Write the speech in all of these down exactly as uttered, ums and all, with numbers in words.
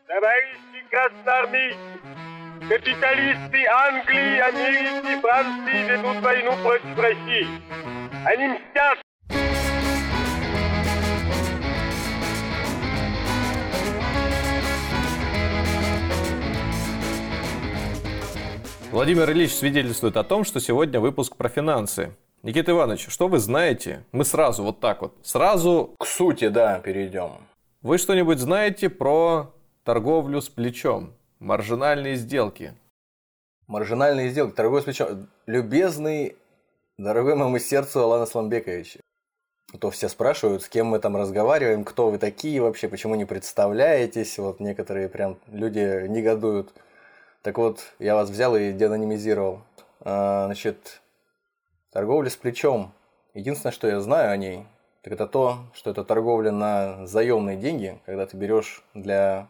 Товарищи красноармейцы, капиталисты Англии, Америки, Франции ведут войну против России. Они мстят. Владимир Ильич свидетельствует о том, что сегодня выпуск про финансы. Никита Иванович, что вы знаете? Мы сразу вот так вот, сразу к сути, да, перейдем. Вы что-нибудь знаете про торговлю с плечом? Маржинальные сделки. Маржинальные сделки, торговля с плечом. Любезный, дорогой моему сердцу Алан Асламбекович. А то все спрашивают, с кем мы там разговариваем, кто вы такие вообще, почему не представляетесь. Вот некоторые прям люди негодуют. Так вот, я вас взял и деанонимизировал. А, значит, торговля с плечом. Единственное, что я знаю о ней, так это то, что это торговля на заемные деньги, когда ты берешь для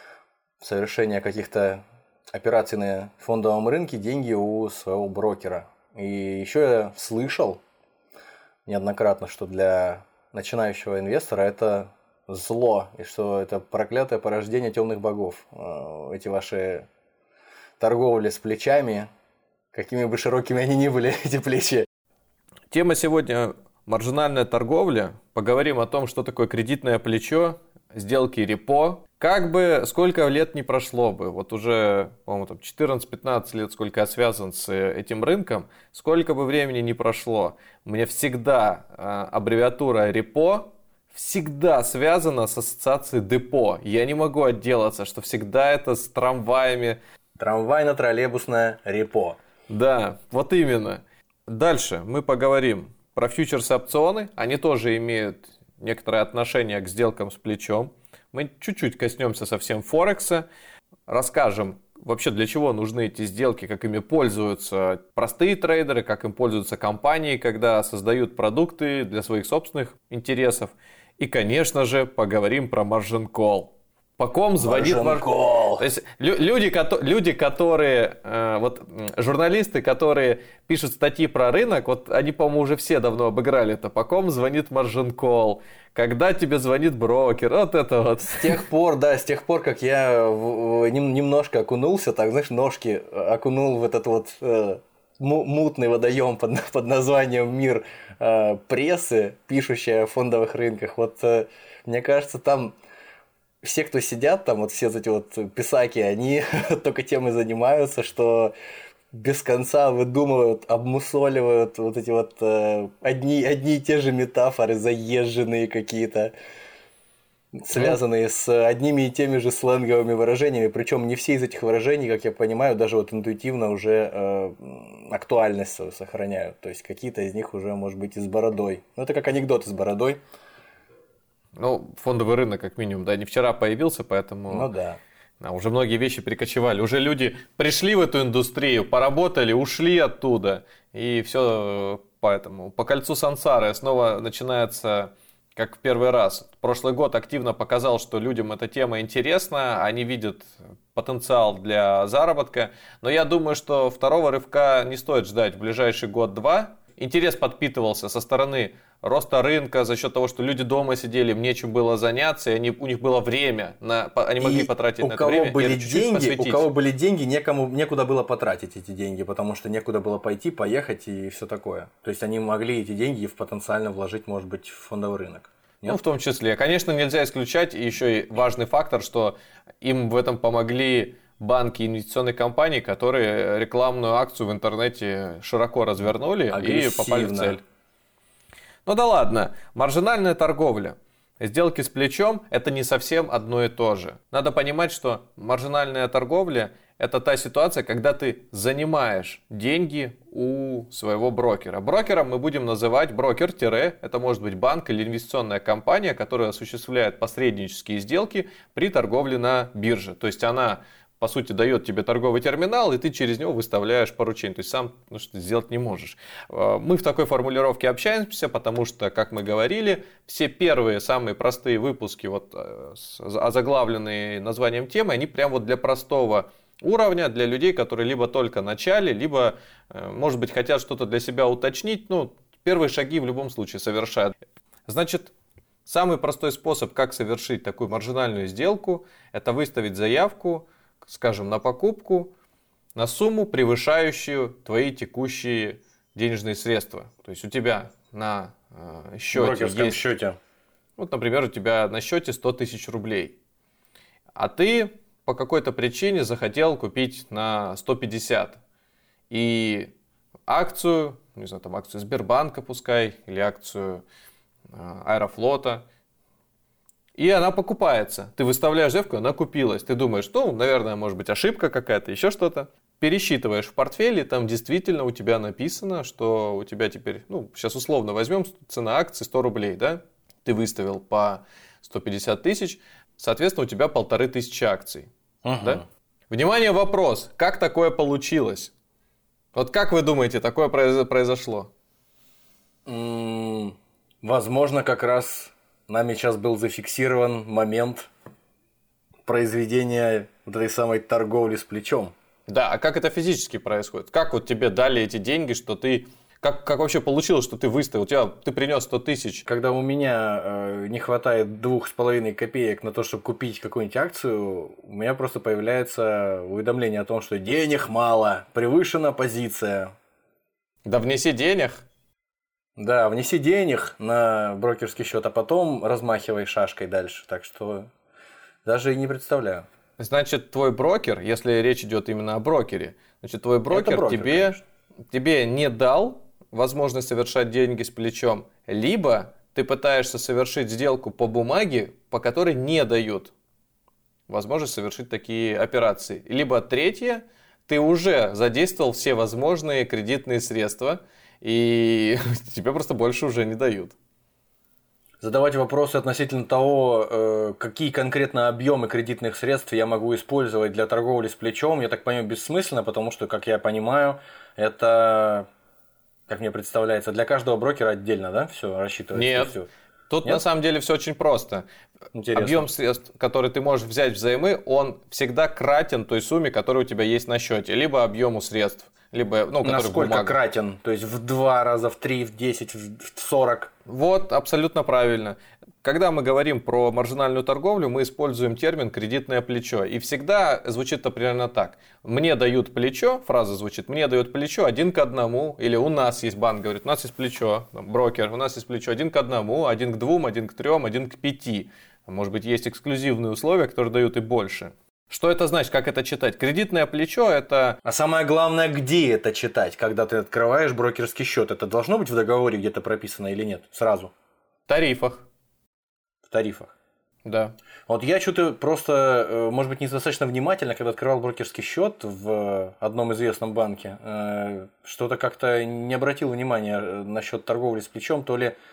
совершения каких-то операций на фондовом рынке деньги у своего брокера. И еще я слышал неоднократно, что для начинающего инвестора это зло, и что это проклятое порождение темных богов. Эти ваши торговли с плечами, какими бы широкими они ни были, эти плечи. Тема сегодня маржинальная торговля. Поговорим о том, что такое кредитное плечо, сделки репо. Как бы сколько лет не прошло бы, вот уже, по-моему, там четырнадцать-пятнадцать лет, сколько я связан с этим рынком, сколько бы времени не прошло, мне всегда э, аббревиатура репо всегда связана с ассоциацией депо. Я не могу отделаться, что всегда это с трамваями. Трамвайно-троллейбусное репо. Да, вот именно. Дальше мы поговорим про фьючерсы-опционы. Они тоже имеют некоторое отношение к сделкам с плечом. Мы чуть-чуть коснемся совсем Форекса. Расскажем вообще, для чего нужны эти сделки, как ими пользуются простые трейдеры, как им пользуются компании, когда создают продукты для своих собственных интересов. И, конечно же, поговорим про маржин колл. По ком звонит маржин колл? То есть люди, люди которые, э, вот журналисты, которые пишут статьи про рынок, вот они, по-моему, уже все давно обыграли это. По ком звонит маржин колл? Когда тебе звонит брокер? Вот это вот. С тех пор, да, с тех пор, как я в, в, немножко окунулся, так, знаешь, ножки окунул в этот вот э, мутный водоем под, под названием «Мир э, прессы», пишущая о фондовых рынках. Вот э, мне кажется, там все, кто сидят там, вот все эти вот писаки, они только тем и занимаются, что без конца выдумывают, обмусоливают вот эти вот э, одни, одни и те же метафоры, заезженные какие-то, связанные с одними и теми же сленговыми выражениями. Причем не все из этих выражений, как я понимаю, даже вот интуитивно уже э, актуальность сохраняют. То есть какие-то из них уже, может быть, и с бородой. Ну, это как анекдоты с бородой. Ну, фондовый рынок, как минимум, да, не вчера появился, поэтому... Ну да. А уже многие вещи перекочевали. Уже люди пришли в эту индустрию, поработали, ушли оттуда. И все поэтому. По кольцу сансары снова начинается, как в первый раз. Прошлый год активно показал, что людям эта тема интересна. Они видят потенциал для заработка. Но я думаю, что второго рывка не стоит ждать в ближайший год-два. Интерес подпитывался со стороны роста рынка за счет того, что люди дома сидели, им нечем было заняться, и они, у них было время, на, они могли и потратить на это время. Были деньги, у кого были деньги, некому, некуда было потратить эти деньги, потому что некуда было пойти, поехать и все такое. То есть они могли эти деньги потенциально вложить, может быть, в фондовый рынок. Нет? Ну, в том числе. Конечно, нельзя исключать еще и важный фактор, что им в этом помогли банки и инвестиционные компании, которые рекламную акцию в интернете широко развернули и попали в цель. Ну да ладно, маржинальная торговля, сделки с плечом – это не совсем одно и то же. Надо понимать, что маржинальная торговля – это та ситуация, когда ты занимаешь деньги у своего брокера. Брокером мы будем называть брокер, это может быть банк или инвестиционная компания, которая осуществляет посреднические сделки при торговле на бирже. То есть она, по сути, дает тебе торговый терминал, и ты через него выставляешь поручение. То есть сам ну, что сделать не можешь. Мы в такой формулировке общаемся, потому что, как мы говорили, все первые, самые простые выпуски, вот, озаглавленные названием темы, они прям вот для простого уровня, для людей, которые либо только начали, либо, может быть, хотят что-то для себя уточнить. Ну, первые шаги в любом случае совершают. Значит, Самый простой способ, как совершить такую маржинальную сделку, это выставить заявку, скажем, на покупку на сумму, превышающую твои текущие денежные средства. То есть у тебя на э, счете в брокерском есть, счете. Вот, например, у тебя на счете сто тысяч рублей, а ты по какой-то причине захотел купить на сто пятьдесят. И акцию, не знаю, там акцию Сбербанка пускай, или акцию э, Аэрофлота. И она покупается. Ты выставляешь заявку, она купилась. Ты думаешь, ну, наверное, может быть ошибка какая-то, еще что-то. Пересчитываешь в портфеле, там действительно у тебя написано, что у тебя теперь, ну, сейчас условно возьмем цена акции сто рублей, да? Ты выставил по сто пятьдесят тысяч, соответственно, у тебя полторы тысячи акций. Угу. Да? Внимание, вопрос. Как такое получилось? Вот как вы думаете, такое произошло? М-м, возможно, как раз нами сейчас был зафиксирован момент произведения вот этой самой торговли с плечом. Да, а как это физически происходит? Как вот тебе дали эти деньги, что ты... Как, как вообще получилось, что ты выставил? У тебя, ты принес сто тысяч. Когда у меня э, не хватает двух с половиной копеек на то, чтобы купить какую-нибудь акцию, у меня просто появляется уведомление о том, что денег мало, превышена позиция. Да внеси денег. Да, внеси денег на брокерский счет, а потом размахивай шашкой дальше. Так что даже и не представляю. Значит, твой брокер, если речь идет именно о брокере, значит, твой брокер, брокер, тебе, тебе не дал возможность совершать деньги с плечом, либо ты пытаешься совершить сделку по бумаге, по которой не дают возможность совершить такие операции. Либо третье, ты уже задействовал все возможные кредитные средства, и тебе просто больше уже не дают. Задавать вопросы относительно того, какие конкретно объемы кредитных средств я могу использовать для торговли с плечом, я так понимаю, бессмысленно, потому что, как я понимаю, это, как мне представляется, для каждого брокера отдельно, да, все рассчитывается? Нет, всё. тут Нет? на самом деле все очень просто. Интересно. Объем средств, который ты можешь взять взаймы, он всегда кратен той сумме, которая у тебя есть на счете, либо объему средств. Либо, ну, насколько кратен? То есть в два раза, в три, в десять, в сорок? Вот, абсолютно правильно. Когда мы говорим про маржинальную торговлю, мы используем термин «кредитное плечо». И всегда звучит это примерно так. Мне дают плечо, фраза звучит, мне дают плечо один к одному. Или у нас есть банк, говорит, у нас есть плечо, брокер, у нас есть плечо один к одному, один к двум, один к трем, один к пяти. Может быть, есть эксклюзивные условия, которые дают и больше. Что это значит? Как это читать? Кредитное плечо – это… А самое главное, где это читать, когда ты открываешь брокерский счет? Это должно быть в договоре где-то прописано или нет? Сразу. В тарифах. В тарифах. Да. Вот я что-то просто, может быть, недостаточно внимательно, когда открывал брокерский счет в одном известном банке, что-то как-то не обратил внимания насчет торговли с плечом, то ли,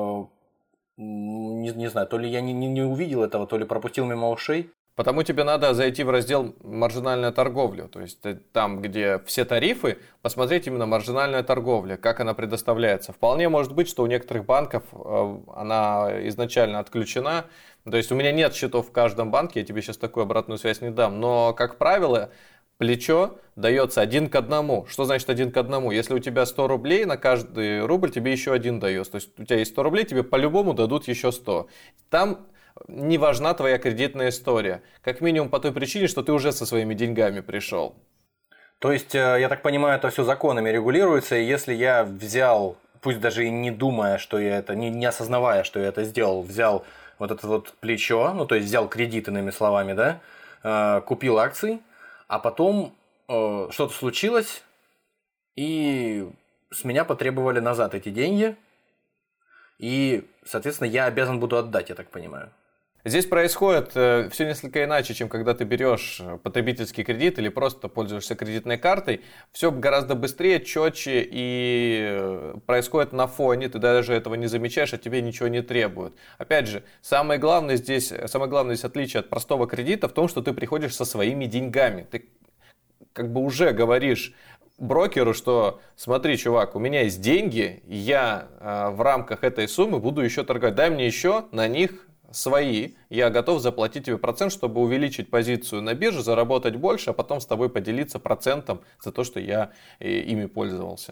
не, не знаю, то ли я не, не увидел этого, то ли пропустил мимо ушей. Потому тебе надо зайти в раздел «Маржинальная торговля». То есть там, где все тарифы, посмотреть именно маржинальная торговля, как она предоставляется. Вполне может быть, что у некоторых банков она изначально отключена. То есть у меня нет счетов в каждом банке, я тебе сейчас такую обратную связь не дам. Но, как правило, плечо дается один к одному. Что значит один к одному? Если у тебя сто рублей, на каждый рубль тебе еще один дается. То есть у тебя есть сто рублей, тебе по-любому дадут еще сто. Там не важна твоя кредитная история. Как минимум по той причине, что ты уже со своими деньгами пришел. То есть, я так понимаю, это все законами регулируется, и если я взял, пусть даже и не думая, что я это, не, не осознавая, что я это сделал, взял вот это вот плечо, ну то есть взял кредит, иными словами, да, э, купил акции, а потом э, что-то случилось, и с меня потребовали назад эти деньги, и, соответственно, я обязан буду отдать, я так понимаю. Здесь происходит э, все несколько иначе, чем когда ты берешь потребительский кредит или просто пользуешься кредитной картой. Все гораздо быстрее, четче и происходит на фоне. Ты даже этого не замечаешь, а тебе ничего не требуют. Опять же, самое главное здесь, самое главное здесь отличие от простого кредита в том, что ты приходишь со своими деньгами. Ты как бы уже говоришь брокеру, что смотри, чувак, у меня есть деньги, я э, в рамках этой суммы буду еще торговать. Дай мне еще на них свои, я готов заплатить тебе процент, чтобы увеличить позицию на бирже, заработать больше, а потом с тобой поделиться процентом за то, что я ими пользовался.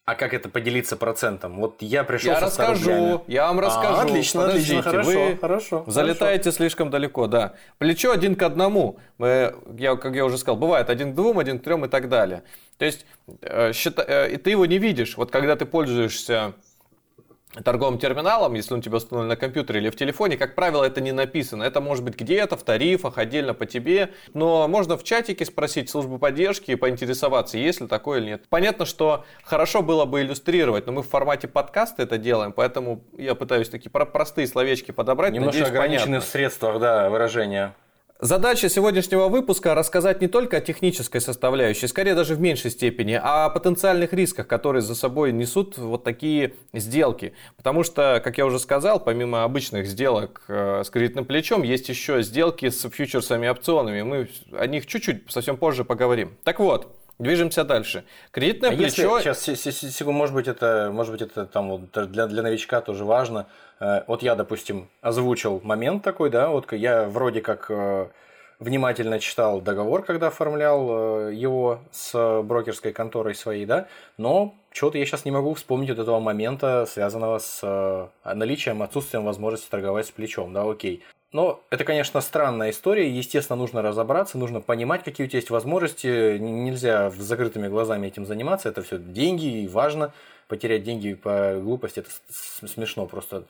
А как это поделиться процентом? Вот я пришел я со расскажу, я вам расскажу. А, отлично, Подождите, отлично, хорошо, вы хорошо. залетаете хорошо. слишком далеко, да. Плечо один к одному. Мы, я, как я уже сказал, бывает один к двум, один к трем и так далее. То есть, э, считай, э, и ты его не видишь. Вот когда ты пользуешься торговым терминалом, если он у тебя установлен на компьютере или в телефоне, как правило, это не написано. Это может быть где-то, в тарифах, отдельно по тебе. Но можно в чатике спросить службу поддержки и поинтересоваться, есть ли такое или нет. Понятно, что хорошо было бы иллюстрировать, но мы в формате подкаста это делаем, поэтому я пытаюсь такие простые словечки подобрать. Немножко надеюсь, ограничены понятно. в средствах, да, выражения. Задача сегодняшнего выпуска рассказать не только о технической составляющей, скорее даже в меньшей степени, а о потенциальных рисках, которые за собой несут вот такие сделки. Потому что, как я уже сказал, помимо обычных сделок э, с кредитным плечом, есть еще сделки с фьючерсами и опционами. Мы о них чуть-чуть совсем позже поговорим. Так вот, движемся дальше. Кредитное а плечо... Если, сейчас, секунду, может быть, это, может быть, это там вот для, для новичка тоже важно. Вот я, допустим, озвучил момент такой, да, вот я вроде как внимательно читал договор, когда оформлял его с брокерской конторой своей, да, но что-то я сейчас не могу вспомнить вот этого момента, связанного с наличием, отсутствием возможности торговать с плечом, да, окей. Но это, конечно, странная история, естественно, нужно разобраться, нужно понимать, какие у тебя есть возможности, нельзя с закрытыми глазами этим заниматься, это все деньги, и важно, потерять деньги по глупости, это смешно, просто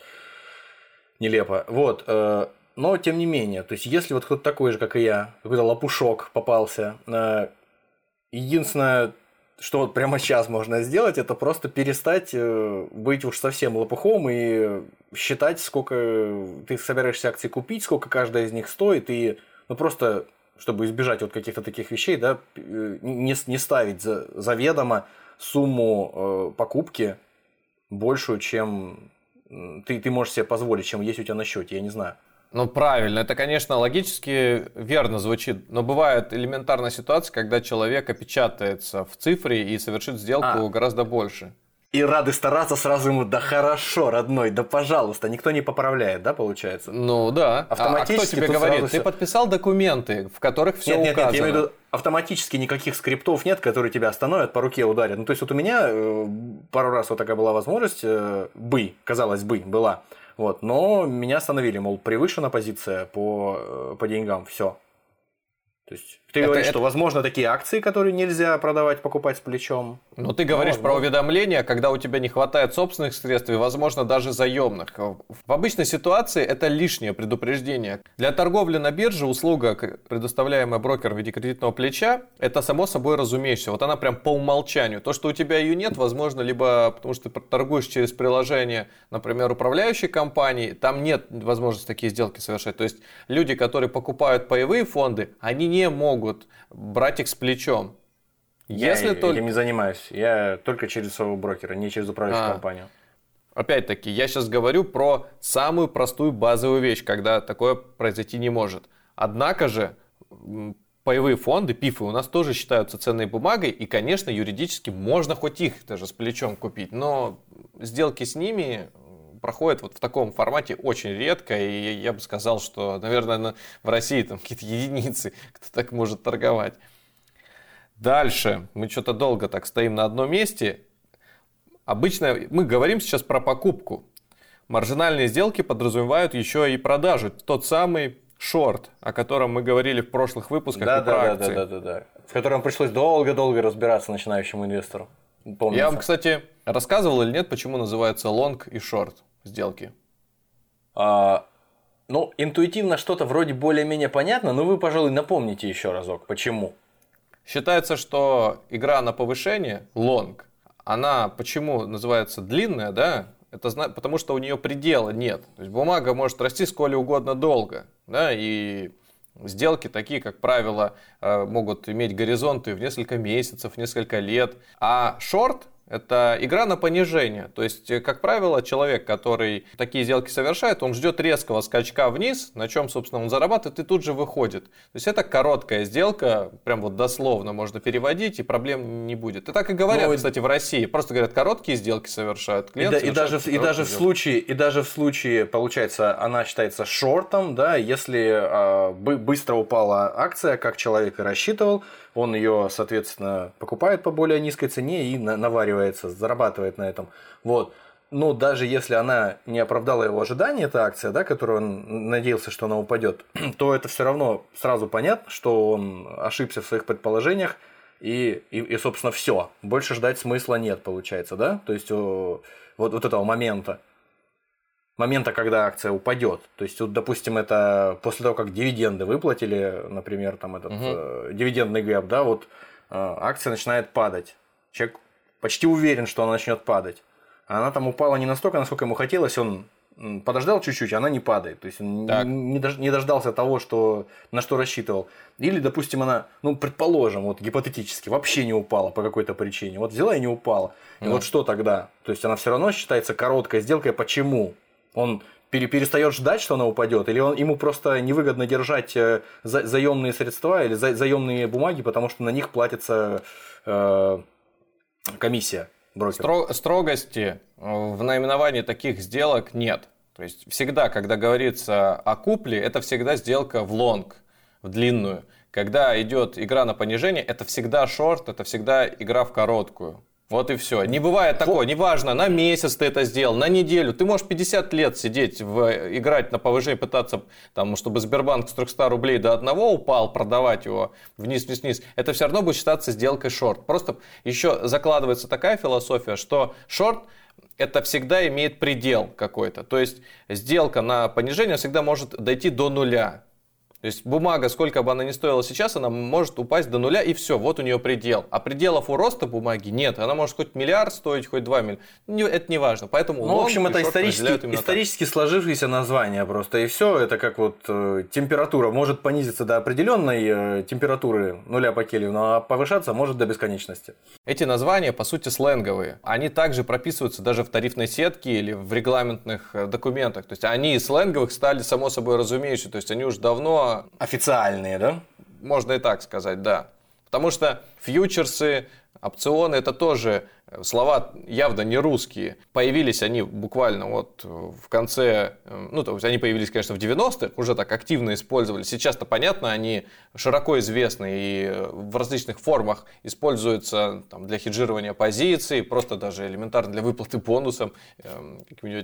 нелепо. Вот, но тем не менее, то есть если вот кто-то такой же, как и я, какой-то лопушок попался, единственное, что вот прямо сейчас можно сделать, это просто перестать быть уж совсем лопухом и считать, сколько ты собираешься акций купить, сколько каждая из них стоит, и ну, просто, чтобы избежать вот каких-то таких вещей, да, не, не ставить за, заведомо сумму покупки большую, чем ты, ты можешь себе позволить, чем есть у тебя на счете, я не знаю. Ну, правильно. Это, конечно, логически верно звучит. Но бывает элементарная ситуация, когда человек опечатается в цифре и совершит сделку а. гораздо больше. И рады стараться сразу ему, да хорошо, родной, да пожалуйста. Никто не поправляет, да, получается? Ну, да. Автоматически а, а кто тебе говорит? Ты все... подписал документы, в которых все нет, указано. Нет, нет, я имею в виду, автоматически никаких скриптов нет, которые тебя остановят, по руке ударят. Ну, то есть, вот у меня э, пару раз вот такая была возможность, э, бы, казалось бы, была. Вот, но меня остановили, мол, превышена позиция по, по деньгам, все. То есть ты это, говоришь, это... что возможно такие акции, которые нельзя продавать, покупать с плечом. Но ты говоришь ну, про ну... уведомления, когда у тебя не хватает собственных средств и, возможно, даже заемных. В обычной ситуации это лишнее предупреждение. Для торговли на бирже услуга, предоставляемая брокером в виде кредитного плеча, это само собой разумеющееся. Вот она прям по умолчанию. То, что у тебя ее нет, возможно, либо потому что ты торгуешь через приложение, например, управляющей компании, там нет возможности такие сделки совершать. То есть люди, которые покупают паевые фонды, они не могут брать их с плечом. Если я только... этим не занимаюсь. Я только через своего брокера, не через управляющую а. компанию. Опять-таки, я сейчас говорю про самую простую базовую вещь, когда такое произойти не может. Однако же, паевые фонды, пифы, у нас тоже считаются ценной бумагой, и, конечно, юридически можно хоть их даже с плечом купить, но сделки с ними проходят вот в таком формате очень редко, и я бы сказал, что, наверное, в России там какие-то единицы, кто так может торговать. Дальше, мы что-то долго так стоим на одном месте. Обычно мы говорим сейчас про покупку. Маржинальные сделки подразумевают еще и продажу. Тот самый шорт, о котором мы говорили в прошлых выпусках, да, и про да, акции. Да, да, да, да. В котором пришлось долго-долго разбираться начинающему инвестору. Помнится. Я вам, кстати, рассказывал или нет, почему называется лонг и шорт сделки? А, ну, интуитивно что-то вроде более-менее понятно, но вы, пожалуй, напомните еще разок, почему. Считается, что игра на повышение, лонг, она почему называется длинная, да? Это потому, что у нее предела нет. То есть бумага может расти сколь угодно долго, да, и сделки такие, как правило, могут иметь горизонты в несколько месяцев, несколько лет. А шорт — это игра на понижение. То есть, как правило, человек, который такие сделки совершает, он ждет резкого скачка вниз, на чем, собственно, он зарабатывает и тут же выходит. То есть, это короткая сделка, прям вот дословно можно переводить, и проблем не будет. И так и говорят, ну, кстати, в России. Просто говорят, короткие сделки совершают. И, да, и, даже, и, даже в случае, и даже в случае, получается, она считается шортом, да, если э, быстро упала акция, как человек и рассчитывал, он ее, соответственно, покупает по более низкой цене и наваривает договаривается, зарабатывает на этом. Вот. Но даже если она не оправдала его ожидания, эта акция, да, которую он надеялся, что она упадет, то это все равно сразу понятно, что он ошибся в своих предположениях, и, и, и собственно, все. Больше ждать смысла нет, получается, да? То есть, вот, вот этого момента, момента, когда акция упадет. То есть, вот, допустим, это после того, как дивиденды выплатили, например, там этот угу. э, дивидендный гэп, да, вот э, акция начинает падать. Человек почти уверен, что она начнет падать. Она там упала не настолько, насколько ему хотелось, он подождал чуть-чуть, она не падает. То есть он не дождался того, что, на что рассчитывал. Или, допустим, она, ну, предположим, вот гипотетически, вообще не упала по какой-то причине. Вот взяла и не упала. И mm. вот что тогда? То есть она все равно считается короткой сделкой. Почему? Он перестает ждать, что она упадет, или он, ему просто невыгодно держать за, заемные средства или за, заемные бумаги, потому что на них платится э, комиссия. Стро- строгости в наименовании таких сделок нет. То есть всегда, когда говорится о купле, это всегда сделка в лонг, в длинную. Когда идет игра на понижение, это всегда шорт, это всегда игра в короткую. Вот и все. Не бывает такого, неважно, на месяц ты это сделал, на неделю. Ты можешь пятьдесят лет сидеть, в, играть на повышение, пытаться, там, чтобы Сбербанк с трехсот рублей до одного упал, продавать его вниз-вниз-вниз. Это все равно будет считаться сделкой шорт. Просто еще закладывается такая философия, что шорт это всегда имеет предел какой-то. То есть сделка на понижение всегда может дойти до нуля. То есть бумага, сколько бы она ни стоила сейчас, она может упасть до нуля, и все, вот у нее предел. А пределов у роста бумаги нет. Она может хоть миллиард стоить, хоть два миллиарда. Это не важно. Поэтому ну, в общем, это исторически, исторически сложившееся название просто. И все, это как вот э, температура может понизиться до определенной э, температуры нуля по Кельвину, а повышаться может до бесконечности. Эти названия, по сути, сленговые. Они также прописываются даже в тарифной сетке или в регламентных документах. То есть они из сленговых стали само собой разумеющимся. То есть они уже давно официальные, да? Можно и так сказать, да. Потому что фьючерсы, опционы – это тоже слова явно не русские. Появились они буквально вот в конце, ну, то есть они появились, конечно, в девяностых, уже так активно использовались. Сейчас-то, понятно, они широко известны и в различных формах используются там, для хеджирования позиций, просто даже элементарно для выплаты бонусов э,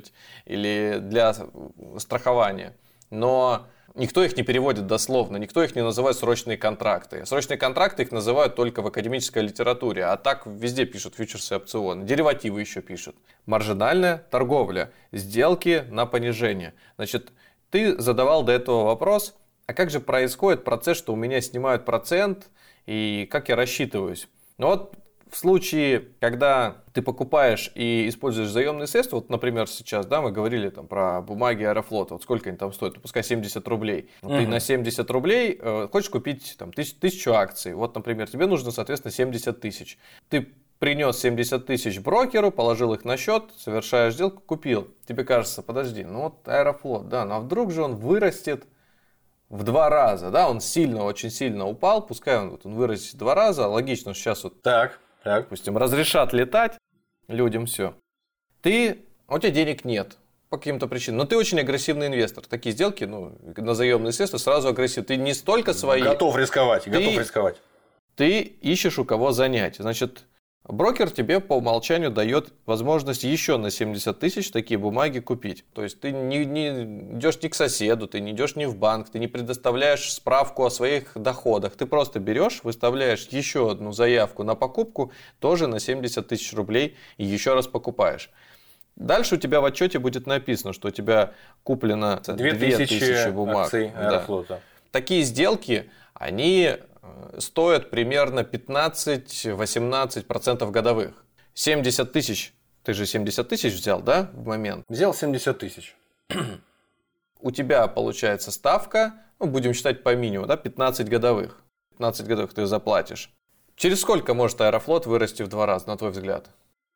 или для страхования. Но никто их не переводит дословно, никто их не называет срочные контракты. Срочные контракты их называют только в академической литературе, а так везде пишут фьючерсы и опционы. Деривативы еще пишут. Маржинальная торговля, сделки на понижение. Значит, ты задавал до этого вопрос, а как же происходит процесс, что у меня снимают процент и как я рассчитываюсь? Ну вот в случае, когда ты покупаешь и используешь заемные средства, вот, например, сейчас, да, мы говорили там про бумаги Аэрофлота, вот сколько они там стоят, ну, пускай семьдесят рублей. Вот угу. Ты на семьдесят рублей э, хочешь купить там, тысяч, тысячу акций, вот, например, тебе нужно, соответственно, семьдесят тысяч. Ты принес семьдесят тысяч брокеру, положил их на счет, совершаешь сделку, купил. Тебе кажется, подожди, ну вот Аэрофлот, да, ну а вдруг же он вырастет в два раза, да, он сильно, очень сильно упал, пускай он, вот, он вырастет в два раза, логично, что сейчас вот... Так. Так. Допустим, разрешат летать людям, все. Ты, у тебя денег нет по каким-то причинам, но ты очень агрессивный инвестор. Такие сделки, ну, на заемные средства сразу агрессивны. Ты не столько свои... Готов рисковать, ты, готов рисковать. Ты ищешь у кого занять. Значит, брокер тебе по умолчанию дает возможность еще на семьдесят тысяч такие бумаги купить. То есть ты не, не идешь ни к соседу, ты не идешь ни в банк, ты не предоставляешь справку о своих доходах. Ты просто берешь, выставляешь еще одну заявку на покупку, тоже на семьдесят тысяч рублей, и еще раз покупаешь. Дальше у тебя в отчете будет написано, что у тебя куплено две тысячи бумаг. Акций Аэрофлота. Да. Такие сделки, они... стоят примерно пятнадцать-восемнадцать процентов годовых. семьдесят тысяч, ты же семьдесят тысяч взял, да, в момент? Взял семьдесят тысяч. У тебя получается ставка, ну, будем считать по минимуму, да, пятнадцать годовых. пятнадцать годовых ты заплатишь. Через сколько может Аэрофлот вырасти в два раза, на твой взгляд?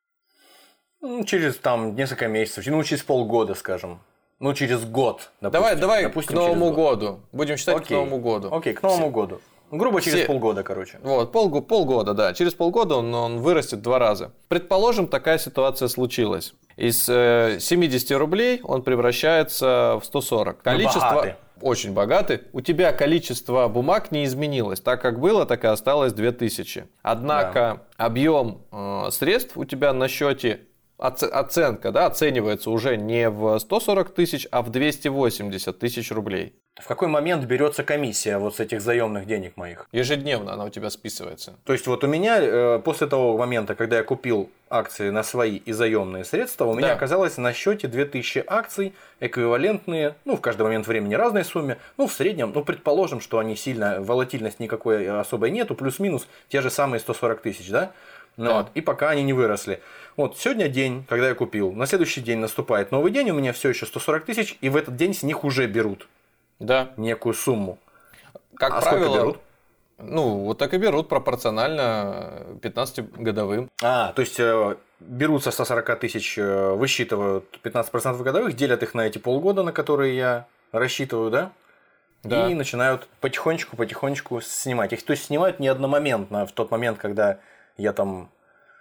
Ну, через там несколько месяцев, ну, через полгода, скажем. Ну, через год, допустим. Давай, давай допустим, к Новому году. Будем считать Окей. к Новому году. Окей, к Новому Все. году. Грубо через Все. полгода, короче. Вот, пол, полгода, да. Через полгода он, он вырастет в два раза. Предположим, такая ситуация случилась. Из семьдесят рублей он превращается в сто сорок. Количество... Богатый. Очень богатый. У тебя количество бумаг не изменилось. Так как было, так и осталось две тысячи. Однако да. объем э, средств у тебя на счете, оц... оценка, да, оценивается уже не в сто сорок тысяч, а в двести восемьдесят тысяч рублей. В какой момент берется комиссия вот с этих заемных денег моих? Ежедневно она у тебя списывается. То есть вот у меня э, после того момента, когда я купил акции на свои и заемные средства, у меня да. оказалось на счете две тысячи акций, эквивалентные, ну, в каждый момент времени разной сумме, ну, в среднем, ну, предположим, что они сильно, волатильность никакой особой нету, плюс-минус те же самые сто сорок тысяч, да? Ну, да. Вот, и пока они не выросли. Вот сегодня день, когда я купил, на следующий день наступает новый день, у меня все еще сто сорок тысяч, и в этот день с них уже берут. Да. Некую сумму. Как а правило, сколько берут? Ну, вот так и берут пропорционально пятнадцатигодовым. А, то есть берут со ста сорока тысяч, высчитывают пятнадцать процентов годовых, делят их на эти полгода, на которые я рассчитываю, да? Да. И начинают потихонечку-потихонечку снимать их. То есть снимают не одномоментно, в тот момент, когда я там,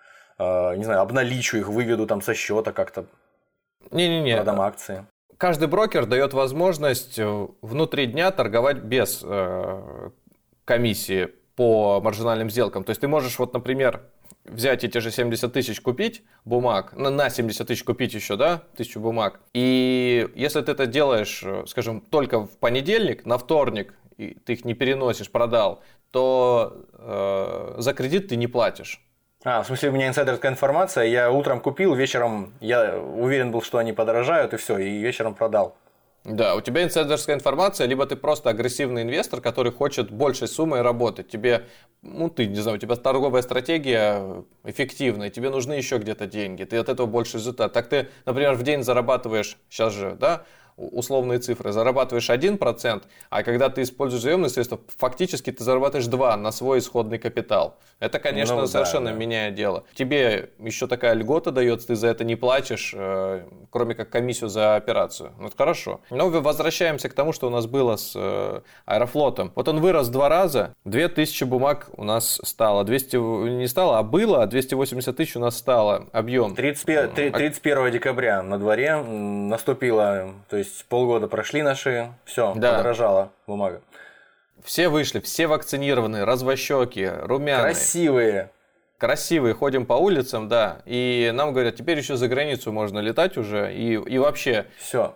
не знаю, обналичу их, выведу там со счета как-то. Не-не-не. Продам акции. Каждый брокер дает возможность внутри дня торговать без э, комиссии по маржинальным сделкам. То есть ты можешь, вот, например, взять эти же семьдесят тысяч, купить бумаг, на семьдесят тысяч купить еще, да, тысячу бумаг. И если ты это делаешь, скажем, только в понедельник, на вторник, и ты их не переносишь, продал, то э, за кредит ты не платишь. А, в смысле, у меня инсайдерская информация, я утром купил, вечером я уверен был, что они подорожают, и все, и вечером продал. Да, у тебя инсайдерская информация, либо ты просто агрессивный инвестор, который хочет большей суммой работать. Тебе, ну ты, не знаю, у тебя торговая стратегия эффективная, тебе нужны еще где-то деньги, ты от этого больше результат. Так ты, например, в день зарабатываешь, сейчас же, да, условные цифры, зарабатываешь один процент, а когда ты используешь заемные средства, фактически ты зарабатываешь два на свой исходный капитал. Это, конечно, ну, совершенно да, да. меняет дело. Тебе еще такая льгота дается, ты за это не платишь, э, кроме как комиссию за операцию. Ну, это хорошо. Но возвращаемся к тому, что у нас было с э, Аэрофлотом. Вот он вырос в два раза, две тысячи бумаг у нас стало. двести не стало, а было, а двести восемьдесят тысяч у нас стало объем. тридцать первого декабря на дворе наступило, то есть полгода прошли наши, все, да. подорожала бумага. Все вышли, все вакцинированные, развощеки, румяные. Красивые. Красивые, ходим по улицам, да. И нам говорят, теперь еще за границу можно летать уже. И, и вообще... Все.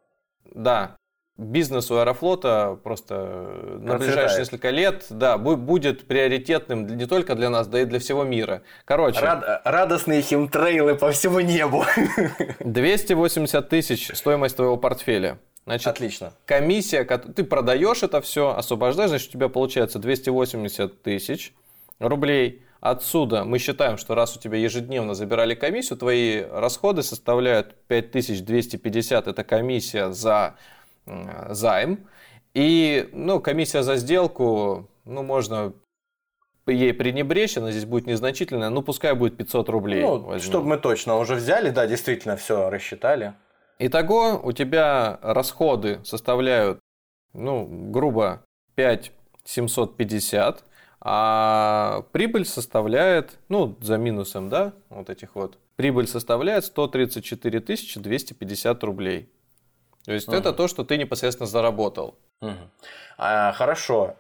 Да. Бизнес у Аэрофлота просто Процветает. на ближайшие несколько лет, да, будет приоритетным не только для нас, да и для всего мира. Короче. Рад, радостные химтрейлы по всему небу. двести восемьдесят тысяч стоимость твоего портфеля. Значит, отлично. Комиссия, ты продаешь это все, освобождаешь, значит, у тебя получается двести восемьдесят тысяч рублей. Отсюда мы считаем, что раз у тебя ежедневно забирали комиссию, твои расходы составляют пять тысяч двести пятьдесят, это комиссия за займ. И, ну, комиссия за сделку, ну, можно ей пренебречь, она здесь будет незначительная, ну, пускай будет пятьсот рублей. Ну, чтобы мы точно уже взяли, да, действительно все рассчитали. Итого у тебя расходы составляют, ну, грубо, пять тысяч семьсот пятьдесят, а прибыль составляет, ну, за минусом, да, вот этих вот, прибыль составляет сто тридцать четыре тысячи двести пятьдесят рублей. То есть, угу. это то, что ты непосредственно заработал. Угу. А, хорошо.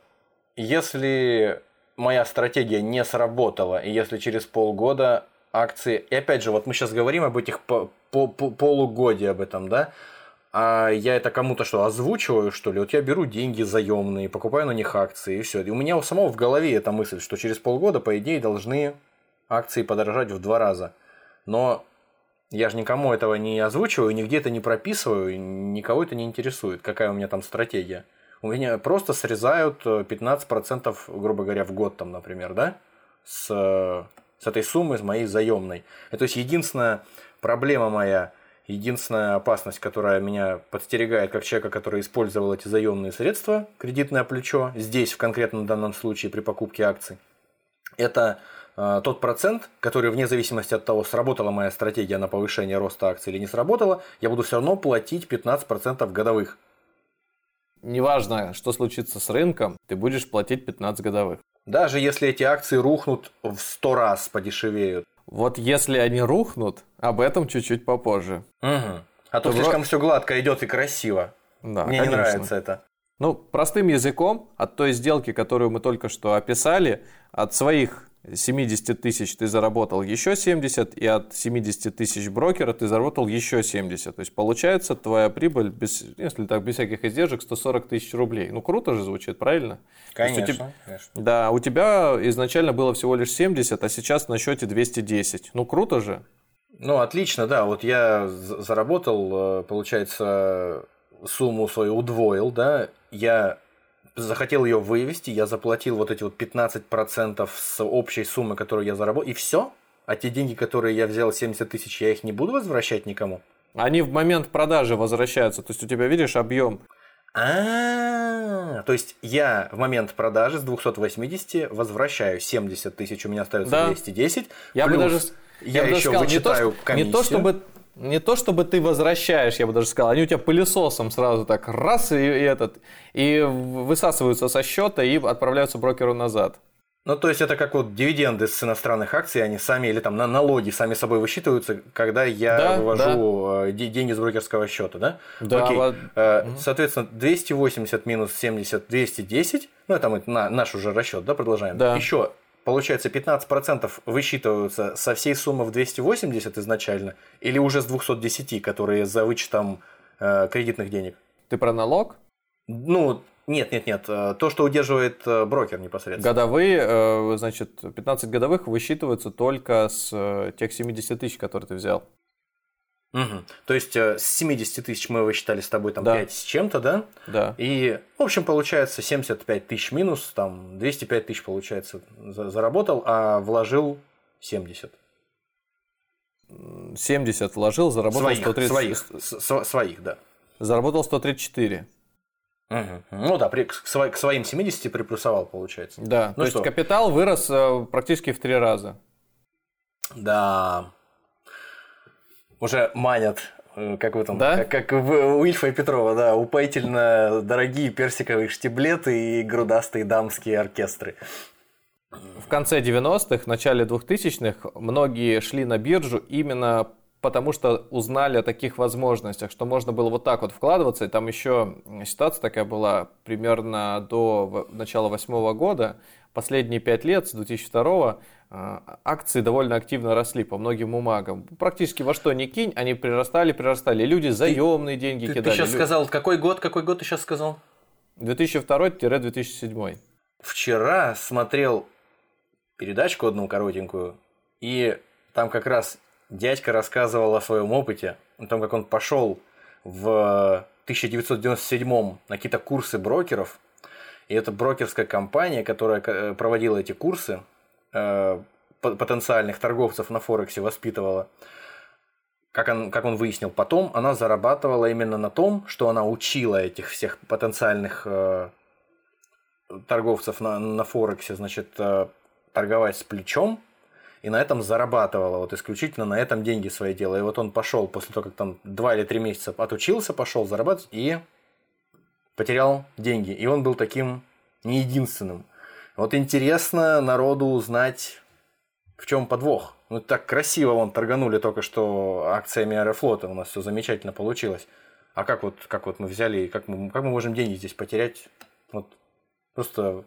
Если моя стратегия не сработала, и если через полгода акции... И опять же, вот мы сейчас говорим об этих по, по, по, полугодии об этом, да? А я это кому-то что, озвучиваю, что ли? Вот я беру деньги заемные, покупаю на них акции, и все. И у меня у самого в голове эта мысль, что через полгода, по идее, должны акции подорожать в два раза. Но... Я же никому этого не озвучиваю, нигде это не прописываю, никого это не интересует, какая у меня там стратегия. У меня просто срезают пятнадцать процентов, грубо говоря, в год, там, например, да, с, с этой суммы, с моей заемной. И, то есть, единственная проблема моя, единственная опасность, которая меня подстерегает как человека, который использовал эти заемные средства, кредитное плечо, здесь, в конкретном данном случае, при покупке акций, это... тот процент, который вне зависимости от того, сработала моя стратегия на повышение роста акций или не сработала, я буду все равно платить пятнадцать процентов годовых. Неважно, что случится с рынком, ты будешь платить пятнадцать годовых. Даже если эти акции рухнут в сто раз, подешевеют. Вот если они рухнут, об этом чуть-чуть попозже. Угу. А то, то слишком бро... все гладко идет и красиво. Да, Мне конечно. не нравится это. Ну, простым языком, от той сделки, которую мы только что описали, от своих семьдесят тысяч ты заработал еще семьдесят, и от семьдесят тысяч брокера ты заработал еще семьдесят. То есть получается твоя прибыль, без, если так, без всяких издержек, сто сорок тысяч рублей. Ну, круто же звучит, правильно? Конечно, тебя, конечно. Да, у тебя изначально было всего лишь семьдесят, а сейчас на счете двести десять. Ну, круто же. Ну, отлично, да. Вот я заработал, получается, сумму свою удвоил, да. Я захотел ее вывести, я заплатил вот эти вот пятнадцать процентов с общей суммы, которую я заработал, и все. А те деньги, которые я взял, семьдесят тысяч, я их не буду возвращать никому. Они в момент продажи возвращаются. То есть у тебя, видишь, объем. А, то есть я в момент продажи с двухсот восьмидесяти возвращаю семьдесят тысяч, у меня остается двести десять. Я бы даже, я я еще сказал, вычитаю комиссию. Не то, чтобы Не то, чтобы ты возвращаешь, я бы даже сказал, они у тебя пылесосом сразу так раз и, и этот, и высасываются со счета и отправляются брокеру назад. Ну, то есть это как вот дивиденды с иностранных акций, они сами, или там на налоги сами собой высчитываются, когда я да, вывожу да. деньги с брокерского счета, да? Да. Окей. Вот... Соответственно, двести восемьдесят минус семьдесят, двести десять, ну, это мы на наш уже расчет, да, продолжаем. Да. Еще, получается, пятнадцать процентов высчитываются со всей суммы в двести восемьдесят изначально, или уже с двухсот десяти, которые за вычетом э, кредитных денег? Ты про налог? Ну, нет, нет, нет. То, что удерживает брокер непосредственно. Годовые, значит, пятнадцать годовых высчитываются только с тех семидесяти тысяч, которые ты взял. Угу. То есть с семидесяти тысяч мы высчитали с тобой там да. пять с чем-то, да? Да. И, в общем, получается семьдесят пять тысяч минус, там двести пять тысяч, получается, заработал, а вложил семьдесят. семьдесят вложил, заработал своих, сто тридцать. Своих, с- своих, да. Заработал сто тридцать четыре. Угу. Ну да, при, к, к своим семидесяти приплюсовал, получается. Да, ну то что? есть капитал вырос э, практически в три раза. Да. Уже манят, как в этом, да? как, как у Ильфа и Петрова, да, упоительно дорогие персиковые штиблеты и грудастые дамские оркестры. В конце девяностых, в начале двухтысячных многие шли на биржу именно потому что узнали о таких возможностях, что можно было вот так вот вкладываться. И там еще ситуация такая была примерно до начала восьмого года. Последние пять лет, с две тысячи второго, акции довольно активно росли по многим бумагам. Практически во что ни кинь, они прирастали, прирастали. Люди заемные ты, деньги ты, кидали. Ты сейчас сказал, какой год, какой год ты сейчас сказал? две тысячи второй - две тысячи седьмой. Вчера смотрел передачку одну коротенькую, и там как раз дядька рассказывал о своем опыте, о том, как он пошел в тысяча девятьсот девяносто седьмом на какие-то курсы брокеров. И это брокерская компания, которая проводила эти курсы, потенциальных торговцев на Форексе воспитывала. Как он, как он выяснил потом, она зарабатывала именно на том, что она учила этих всех потенциальных торговцев на, на Форексе, значит, торговать с плечом. И на этом зарабатывала, вот исключительно на этом деньги свои делала. И вот он пошел после того, как там два или три месяца отучился, пошел зарабатывать и потерял деньги. И он был таким не единственным. Вот интересно народу узнать, в чем подвох. Ну, так красиво вон торганули только что акциями Аэрофлота, у нас все замечательно получилось. А как вот, как вот мы взяли, как мы, как мы можем деньги здесь потерять? Вот просто...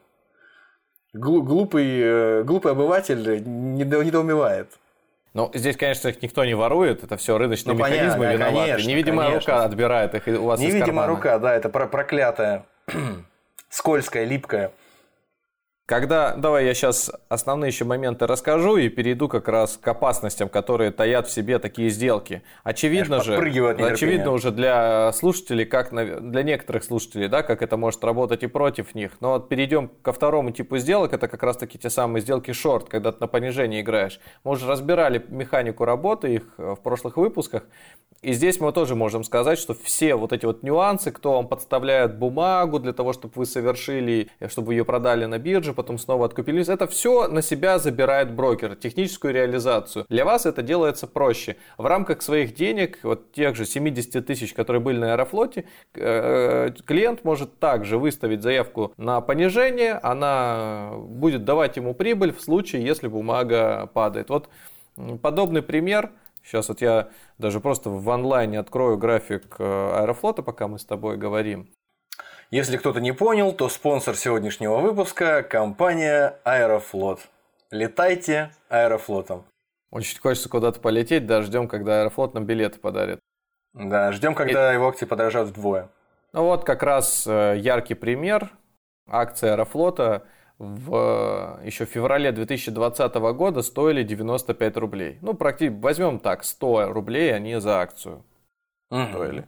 Глупый, глупый обыватель недоумевает. Ну, здесь, конечно, их никто не ворует, это все рыночные ну, механизмы понятно, виноваты. Конечно, Невидимая конечно. рука отбирает их у вас из кармана. Невидимая рука, да, это проклятая, скользкая, липкая. Когда, давай я сейчас основные еще моменты расскажу и перейду как раз к опасностям, которые таят в себе такие сделки. Очевидно же, очевидно уже для слушателей, как для некоторых слушателей, да, как это может работать и против них. Но вот перейдем ко второму типу сделок, это как раз таки те самые сделки шорт, когда ты на понижение играешь. Мы уже разбирали механику работы их в прошлых выпусках. И здесь мы тоже можем сказать, что все вот эти вот нюансы, кто вам подставляет бумагу для того, чтобы вы совершили, чтобы вы ее продали на бирже, потом снова откупились, это все на себя забирает брокер, техническую реализацию. Для вас это делается проще. В рамках своих денег, вот тех же семидесяти тысяч, которые были на Аэрофлоте, клиент может также выставить заявку на понижение, она будет давать ему прибыль в случае, если бумага падает. Вот Подобный пример. Сейчас вот я даже просто в онлайне открою график Аэрофлота, пока мы с тобой говорим. Если кто-то не понял, то спонсор сегодняшнего выпуска – компания Аэрофлот. Летайте Аэрофлотом. Очень хочется куда-то полететь, да, ждем, когда Аэрофлот нам билеты подарит. Да, ждем, когда И... его акции подорожают вдвое. Ну вот как раз яркий пример. Акции Аэрофлота в еще в феврале две тысячи двадцатого года стоили девяносто пять рублей. Ну, практически, возьмем так, сто рублей они за акцию угу. стоили.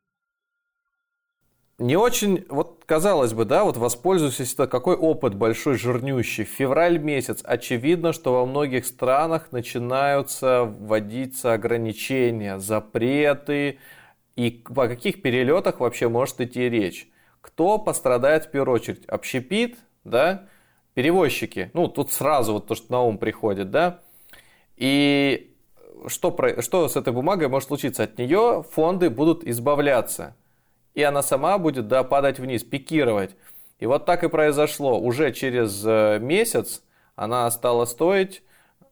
Не очень, вот казалось бы, да, вот воспользуйся, какой опыт большой, жирнющий. Февраль месяц, очевидно, что во многих странах начинаются вводиться ограничения, запреты. И о каких перелетах вообще может идти речь? Кто пострадает в первую очередь? Общепит, да? Перевозчики. Ну, тут сразу вот то, что на ум приходит, да? И что, что с этой бумагой может случиться? От нее фонды будут избавляться. И она сама будет, да, падать вниз, пикировать. И вот так и произошло. Уже через месяц она стала стоить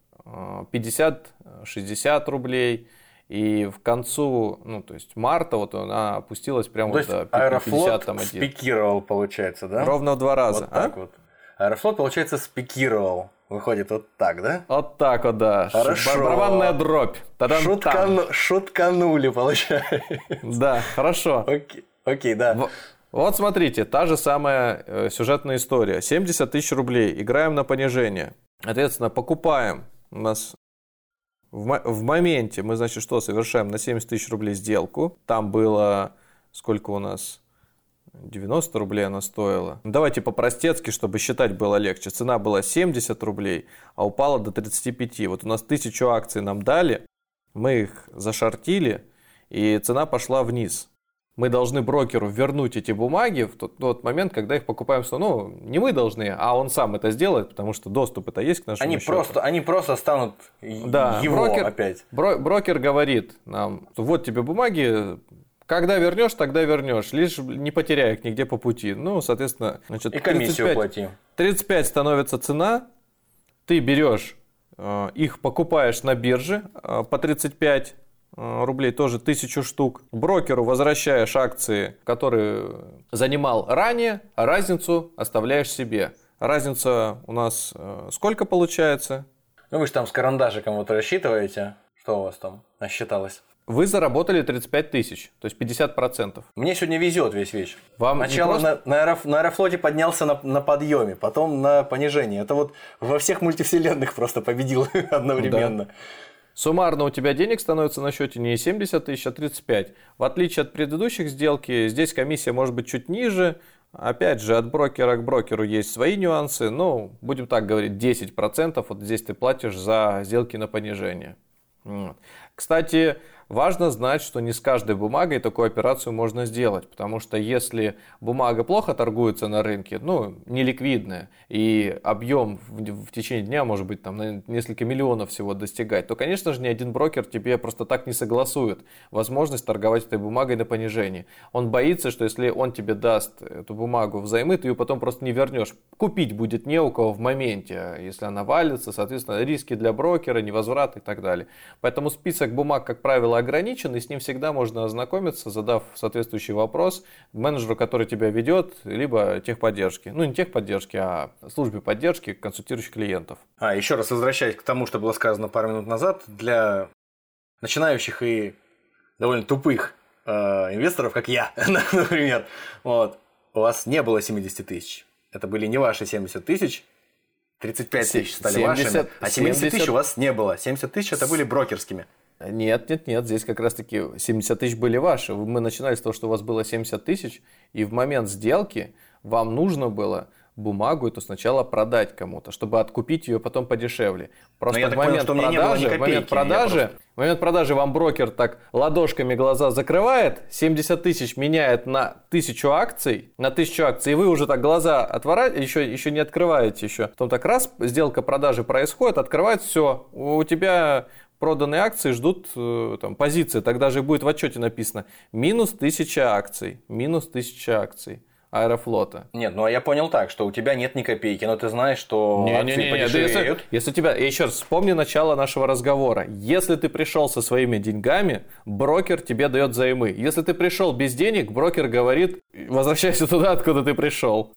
пятьдесят-шестьдесят рублей. И в концу, ну, то есть марта, вот она опустилась прямо то вот до пятьдесят один. Спикировал, получается, да? Ровно в два раза. Вот так а? вот. Аэрофлот, получается, спикировал. Выходит вот так, да? Вот так вот, да. Хорошо. Барабанная дробь. Шуткану... Шутканули, получается. Да, хорошо. Окей, Окей, да. Вот, вот смотрите, та же самая э, сюжетная история. семьдесят тысяч рублей. Играем на понижение. Соответственно, покупаем. У нас в, в моменте мы, значит, что совершаем на семьдесят тысяч рублей сделку. Там было, сколько у нас? девяносто рублей она стоила. Ну, давайте по-простецки, чтобы считать было легче. Цена была семьдесят рублей, а упала до тридцать пять. Вот у нас тысячу акций нам дали, мы их зашортили, и цена пошла вниз. Мы должны брокеру вернуть эти бумаги в тот, тот момент, когда их покупаем. Ну, не мы должны, а он сам это сделает, потому что доступ это есть к нашему они счету. Просто, они просто станут да, его брокер, опять. Бро, брокер говорит нам, вот тебе бумаги, когда вернешь, тогда вернешь, лишь не потеряй их нигде по пути. Ну, соответственно, значит, и комиссию плати. тридцать пять становится цена, ты берешь э, их, покупаешь на бирже э, по тридцать пять рублей, тоже тысячу штук. Брокеру возвращаешь акции, которые занимал ранее, а разницу оставляешь себе. Разница у нас э, сколько получается? Ну, вы же там с карандашиком вот рассчитываете, что у вас там насчиталось. Вы заработали тридцать пять тысяч, то есть пятьдесят процентов. Мне сегодня везет весь вечер. Вам Сначала просто... на, на, аэроф, на Аэрофлоте поднялся на, на подъеме, потом на понижении. Это вот во всех мультивселенных просто победил одновременно. Да. Суммарно у тебя денег становится на счете не семьдесят тысяч, а тридцать пять. В отличие от предыдущих сделки, здесь комиссия может быть чуть ниже. Опять же, от брокера к брокеру есть свои нюансы. Но, будем так говорить, десять процентов вот здесь ты платишь за сделки на понижение. Вот. Кстати, важно знать, что не с каждой бумагой такую операцию можно сделать, потому что если бумага плохо торгуется на рынке, ну, неликвидная, и объем в, в течение дня может быть там на несколько миллионов всего достигать, то, конечно же, ни один брокер тебе просто так не согласует возможность торговать этой бумагой на понижении. Он боится, что если он тебе даст эту бумагу взаймы, ты ее потом просто не вернешь. Купить будет не у кого в моменте, если она валится, соответственно, риски для брокера, невозврат и так далее. Поэтому список бумаг, как правило, ограничен, и с ним всегда можно ознакомиться, задав соответствующий вопрос менеджеру, который тебя ведет, либо техподдержки. Ну, не техподдержки, а службе поддержки, консультирующих клиентов. А, еще раз возвращаясь к тому, что было сказано пару минут назад, для начинающих и довольно тупых э, инвесторов, как я, например, вот, у вас не было семьдесят тысяч. Это были не ваши семьдесят тысяч, тридцать пять тысяч стали семьдесят, вашими, а семьдесят тысяч у вас не было. семьдесят тысяч это были брокерскими. Нет, нет, нет, здесь как раз таки семьдесят тысяч были ваши. Мы начинали с того, что у вас было семьдесят тысяч, и в момент сделки вам нужно было бумагу эту сначала продать кому-то, чтобы откупить ее потом подешевле. Просто в момент, понял, продажи, в момент продажи, просто... в момент продажи вам брокер так ладошками глаза закрывает, семьдесят тысяч меняет на тысячу акций, на тысячу акций, и вы уже так глаза отворачиваете, еще, еще не открываете еще. Потом так раз, сделка продажи происходит, открывает, все, у тебя... проданные акции ждут там, позиции, тогда же будет в отчете написано минус тысяча акций, минус тысяча акций. Аэрофлота. Нет, ну а я понял так, что у тебя нет ни копейки, но ты знаешь, что не, акции не, не, подешевеют. Да если, если тебя, еще раз, вспомни начало нашего разговора. Если ты пришел со своими деньгами, брокер тебе дает взаймы. Если ты пришел без денег, брокер говорит, возвращайся туда, откуда ты пришел.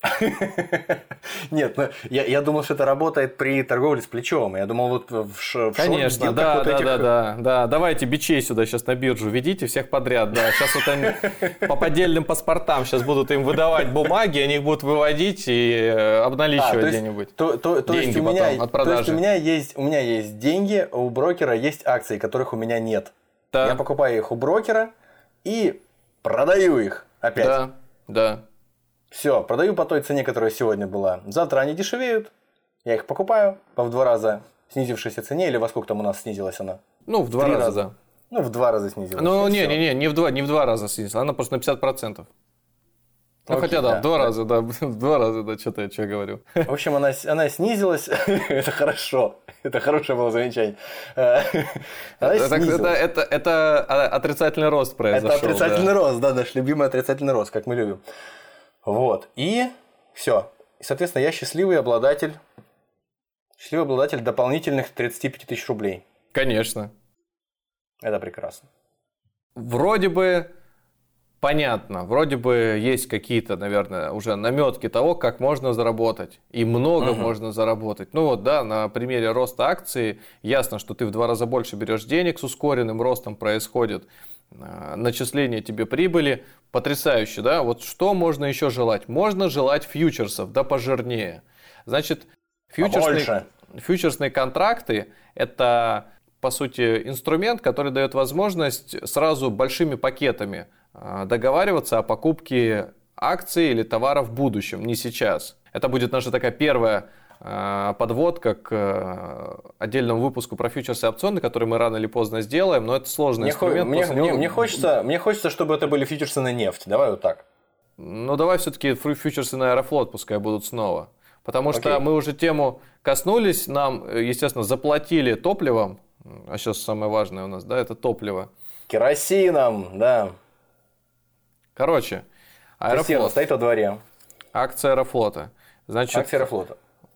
Нет, ну, я, я думал, что это работает при торговле с плечом. Я думал, вот в, ш, в Конечно, да, вот да, этих... да, да, да. Давайте бичей сюда сейчас на биржу ведите всех подряд. Да. Сейчас вот они по поддельным паспортам сейчас будут им выдавать бумаги, они их будут выводить и обналичивать а, где-нибудь. То, то, то, есть у меня, от продажи. То есть у меня есть, у меня есть деньги, у брокера есть акции, которых у меня нет. Да. Я покупаю их у брокера и продаю их опять. Да, да. Все, продаю по той цене, которая сегодня была. Завтра они дешевеют, я их покупаю по в два раза снизившейся цене, или во сколько там у нас снизилась она? Ну, в два раза, раза. Да. Ну, в два раза снизилась. Ну, не, не, не, не в два, не в два раза снизилась, она просто на пятьдесят процентов. Ну, окей, хотя да, да, в два да. раза, да, в два раза, да, что-то я что говорю. В общем, она, она снизилась, это хорошо, это хорошее было замечание. Она это, это, это, это отрицательный рост произошел. Это отрицательный да. рост, да, наш любимый отрицательный рост, как мы любим. Вот, и все. И, соответственно, я счастливый обладатель, счастливый обладатель дополнительных тридцать пять тысяч рублей. Конечно. Это прекрасно. Вроде бы понятно, вроде бы есть какие-то, наверное, уже наметки того, как можно заработать. И много угу. можно заработать. Ну вот, да, на примере роста акций ясно, что ты в два раза больше берешь денег, с ускоренным ростом происходит начисление тебе прибыли. Потрясающе, да? Вот что можно еще желать? Можно желать фьючерсов, да пожирнее. Значит, фьючерсные, фьючерсные контракты – это, по сути, инструмент, который дает возможность сразу большими пакетами договариваться о покупке акций или товаров в будущем, не сейчас. Это будет наша такая первая подводка к отдельному выпуску про фьючерсы и опционы, который мы рано или поздно сделаем, но это сложный мне инструмент. Мне, мне, мне, хочется, мне хочется, чтобы это были фьючерсы на нефть. Давай вот так. Ну, давай все-таки фьючерсы на Аэрофлот пускай будут снова. Потому Окей. что мы уже тему коснулись, нам, естественно, заплатили топливом, а сейчас самое важное у нас, да, это топливо. Керосином, да. Короче, Аэрофлот. Стоит во дворе. Акция Аэрофлота. Значит, Акция Аэрофлота.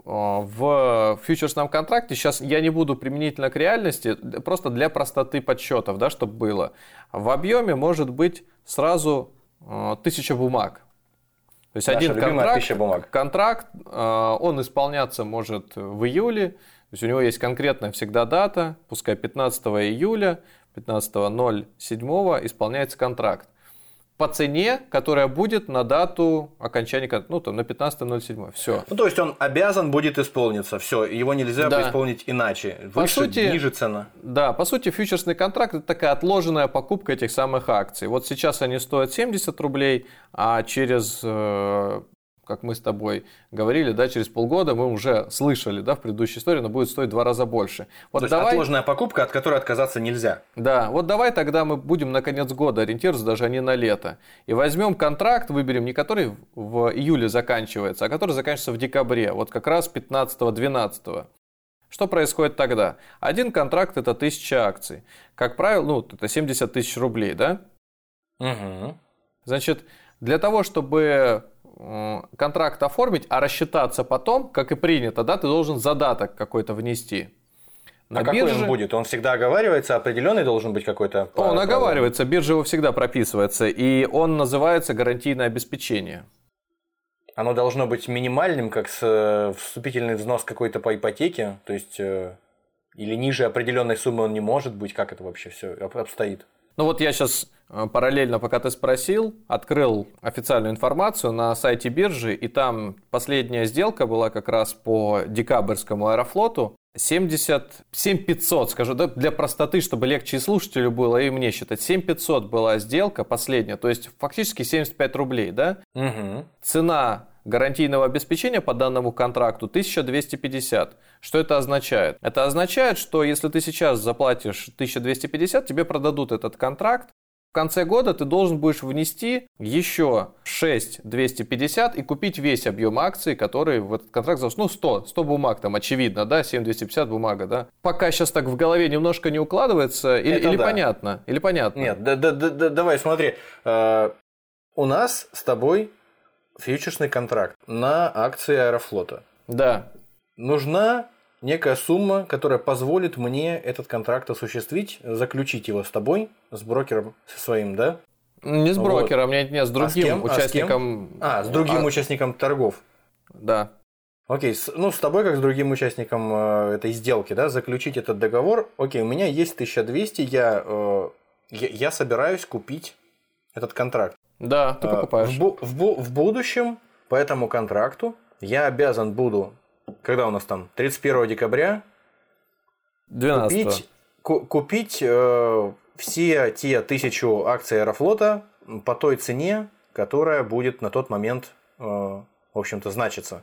В фьючерсном контракте, сейчас я не буду применительно к реальности, просто для простоты подсчетов, да, чтобы было. В объеме может быть сразу тысяча бумаг. То есть Наша один контракт, контракт, он исполняться может в июле, то есть у него есть конкретная всегда дата, пускай пятнадцатого июля, пятнадцатого ноль седьмого исполняется контракт. По цене, которая будет на дату окончания, ну там на пятнадцатое ноль седьмое. Все. Ну, то есть он обязан будет исполниться. Все, его нельзя да. исполнить иначе. Выше, по сути, ниже цена. Да, по сути, фьючерсный контракт это такая отложенная покупка этих самых акций. Вот сейчас они стоят семьдесят рублей, а через, как мы с тобой говорили, да, через полгода мы уже слышали, да, в предыдущей истории, она будет стоить в два раза больше. Вот то давай... есть отложенная покупка, от которой отказаться нельзя. Да, вот давай тогда мы будем на конец года ориентироваться, даже не на лето. И возьмем контракт, выберем не который в июле заканчивается, а который заканчивается в декабре, вот как раз пятнадцатого двенадцатого. Что происходит тогда? Один контракт это тысяча акций. Как правило, ну, это семьдесят тысяч рублей, да? Угу. Значит, для того, чтобы контракт оформить, а рассчитаться потом, как и принято, да, ты должен задаток какой-то внести. На а бирже... какой он будет? Он всегда оговаривается, определенный должен быть какой-то? Он оговаривается, биржа его всегда прописывается, и он называется гарантийное обеспечение. Оно должно быть минимальным, как с вступительный взнос какой-то по ипотеке, то есть или ниже определенной суммы он не может быть, как это вообще все обстоит? Ну вот я сейчас параллельно, пока ты спросил, открыл официальную информацию на сайте биржи, и там последняя сделка была как раз по декабрьскому Аэрофлоту. семьдесят семь пятьсот, скажу, да, для простоты, чтобы легче и слушателю было, и мне считать. семь пятьсот была сделка последняя, то есть фактически семьдесят пять рублей, да? Угу. Цена гарантийного обеспечения по данному контракту тысяча двести пятьдесят. Что это означает? Это означает, что если ты сейчас заплатишь тысячу двести пятьдесят, тебе продадут этот контракт. В конце года ты должен будешь внести еще шесть тысяч двести пятьдесят и купить весь объем акций, который в этот контракт зашел. Ну, сто, сто бумаг там, очевидно, да, семь тысяч двести пятьдесят бумага, да. Пока сейчас так в голове немножко не укладывается, или, или да. понятно? Или понятно? Нет, да, да, да, давай смотри. У нас с тобой фьючерсный контракт на акции Аэрофлота. Да. Нужна некая сумма, которая позволит мне этот контракт осуществить, заключить его с тобой, с брокером со своим, да? Не с брокером, вот. нет, нет, с другим а с кем? участником. А, с, а, с другим а... участником торгов. Да. Окей, с, ну с тобой, как с другим участником э, этой сделки, да, заключить этот договор. Окей, у меня есть тысяча двести, я, э, я, я собираюсь купить этот контракт. Да, ты покупаешь. Э, в, в, в будущем по этому контракту я обязан буду, когда у нас там, тридцать первого декабря, двенадцатого купить, ку, купить э, все те тысячу акций Аэрофлота по той цене, которая будет на тот момент, э, в общем-то, значиться.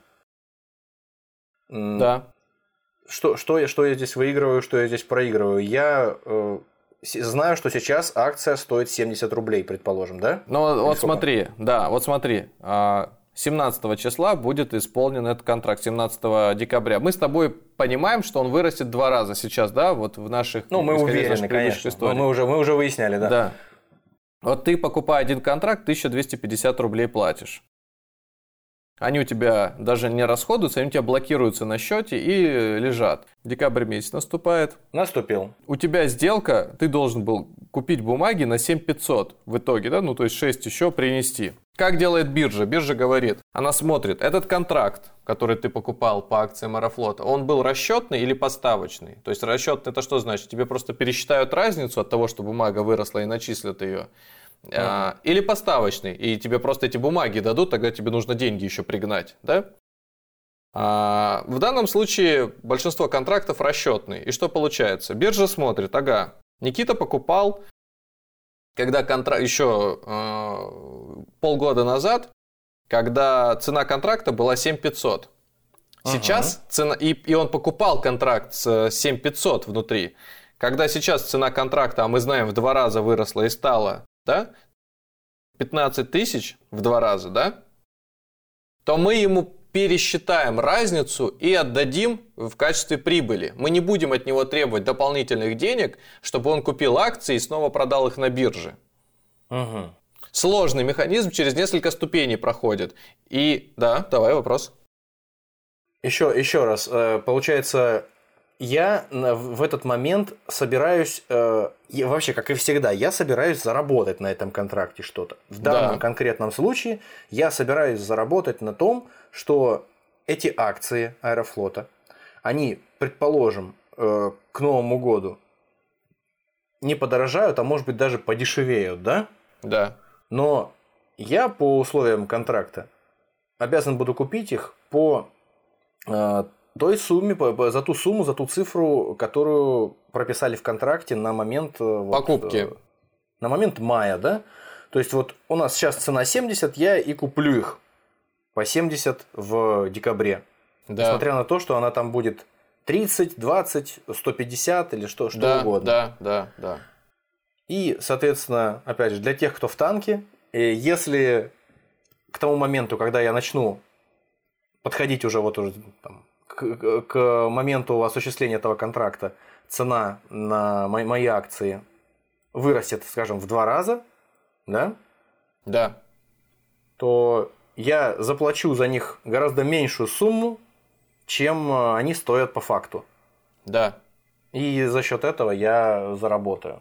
Да. Что, что, я, что я здесь выигрываю, что я здесь проигрываю? Я э, знаю, что сейчас акция стоит семьдесят рублей, предположим, да? Ну вот смотри, да, вот смотри. семнадцатого числа будет исполнен этот контракт, семнадцатого декабря. Мы с тобой понимаем, что он вырастет два раза сейчас, да, вот в наших... Ну, мы уверены, конечно. Мы уже, мы уже выясняли, да. Да. Вот ты, покупая один контракт, тысяча двести пятьдесят рублей платишь. Они у тебя даже не расходуются, они у тебя блокируются на счете и лежат. Декабрь месяц наступает. Наступил. У тебя сделка, ты должен был купить бумаги на семь тысяч пятьсот в итоге, да, ну то есть шесть еще принести. Как делает биржа? Биржа говорит, она смотрит, этот контракт, который ты покупал по акциям Аэрофлота, он был расчетный или поставочный? То есть расчетный это что значит? Тебе просто пересчитают разницу от того, что бумага выросла и начислят ее. Uh-huh. Или поставочный, и тебе просто эти бумаги дадут, тогда тебе нужно деньги еще пригнать, да? А в данном случае большинство контрактов расчетные. И что получается? Биржа смотрит, ага, Никита покупал, когда контракт еще э, полгода назад, когда цена контракта была семь тысяч пятьсот. Сейчас uh-huh. цена, и, и он покупал контракт с семь тысяч пятьсот внутри. Когда сейчас цена контракта, а мы знаем, в два раза выросла и стала, да, пятнадцать тысяч в два раза, да, то мы ему пересчитаем разницу и отдадим в качестве прибыли. Мы не будем от него требовать дополнительных денег, чтобы он купил акции и снова продал их на бирже. Угу. Сложный механизм, через несколько ступеней проходит. И, да, давай вопрос. Еще, еще раз, получается... Я в этот момент собираюсь, э, вообще, как и всегда, я собираюсь заработать на этом контракте что-то. В данном да. конкретном случае я собираюсь заработать на том, что эти акции Аэрофлота, они, предположим, э, к Новому году не подорожают, а может быть даже подешевеют, да? Да. Но я по условиям контракта обязан буду купить их по... Э, той сумме, за ту сумму, за ту цифру, которую прописали в контракте на момент... Покупки. Вот, на момент мая, да? То есть, вот у нас сейчас цена семьдесят, я и куплю их по семьдесят в декабре. Да. Несмотря на то, что она там будет тридцать, двадцать, сто пятьдесят или что, что да, угодно. Да, да, да. И, соответственно, опять же, для тех, кто в танке, если к тому моменту, когда я начну подходить уже вот уже там, К, к моменту осуществления этого контракта цена на мои, мои акции вырастет, скажем, в два раза, да? Да. То я заплачу за них гораздо меньшую сумму, чем они стоят по факту. Да. И за счет этого я заработаю.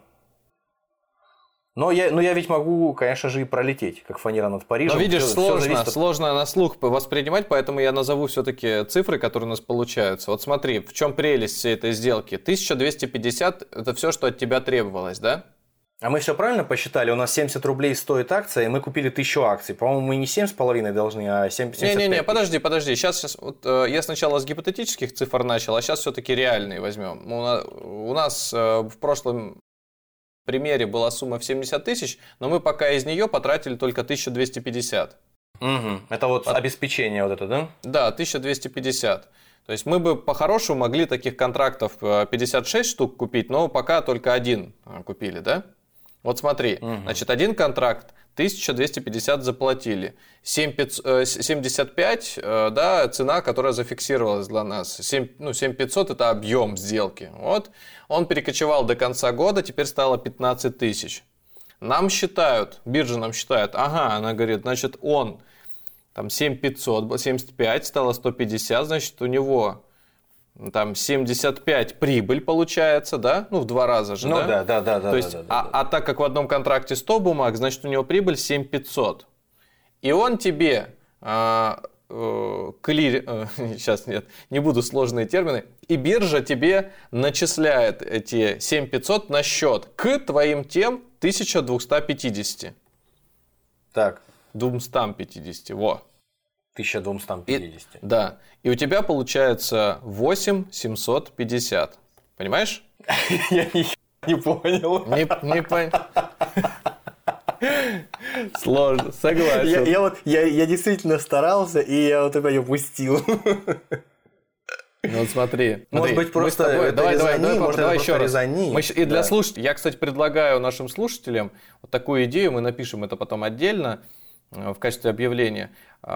Но я, но я ведь могу, конечно же, и пролететь, как фанера над Парижем. Но видишь, все, сложно, все от... сложно на слух воспринимать, поэтому я назову все-таки цифры, которые у нас получаются. Вот смотри, в чем прелесть всей этой сделки. тысяча двести пятьдесят – это все, что от тебя требовалось, да? А мы все правильно посчитали? У нас семьдесят рублей стоит акция, и мы купили тысячу акций. По-моему, мы не семь с половиной должны, а семьдесят пять. Не-не-не, подожди, подожди. Сейчас, сейчас вот, э, я сначала с гипотетических цифр начал, а сейчас все-таки реальные возьмем. У нас, у нас э, в прошлом... В примере была сумма в семьдесят тысяч, но мы пока из нее потратили только тысячу двести пятьдесят. Угу. Это вот От... обеспечение вот это, да? Да, тысяча двести пятьдесят. То есть мы бы по-хорошему могли таких контрактов пятьдесят шесть штук купить, но пока только один купили, да? Вот смотри, угу. Значит, один контракт тысяча двести пятьдесят заплатили, семьдесят пять, да, цена, которая зафиксировалась для нас, семь, ну, семь тысяч пятьсот это объем сделки, вот, он перекочевал до конца года, теперь стало пятнадцать тысяч. Нам считают, биржа нам считает, ага, она говорит, значит, он там семь тысяч пятьсот, семьдесят пять, стало сто пятьдесят, значит, у него там семьдесят пять прибыль получается, да? Ну, в два раза же, ну, да? да, да, да. То да, есть, да, да, а, да. а так как в одном контракте сто бумаг, значит, у него прибыль семь тысяч пятьсот. И он тебе... А, клир... Сейчас нет, не буду сложные термины. И биржа тебе начисляет эти семь тысяч пятьсот на счет к твоим тем тысяча двести пятьдесят. Так. двести пятьдесят, во. тысяча двести пятьдесят. И, да. И у тебя получается восемь тысяч семьсот пятьдесят. Понимаешь? Я не понял. Не понял. Сложно, согласен. Я, я вот я, я действительно старался, и я вот опять упустил. Ну вот смотри. Может смотри, быть, просто тобой, это давай, резони, давай, может, давай это еще раз. резони. Мы, и для да. слушателей. Я, кстати, предлагаю нашим слушателям вот такую идею, мы напишем это потом отдельно в качестве объявления,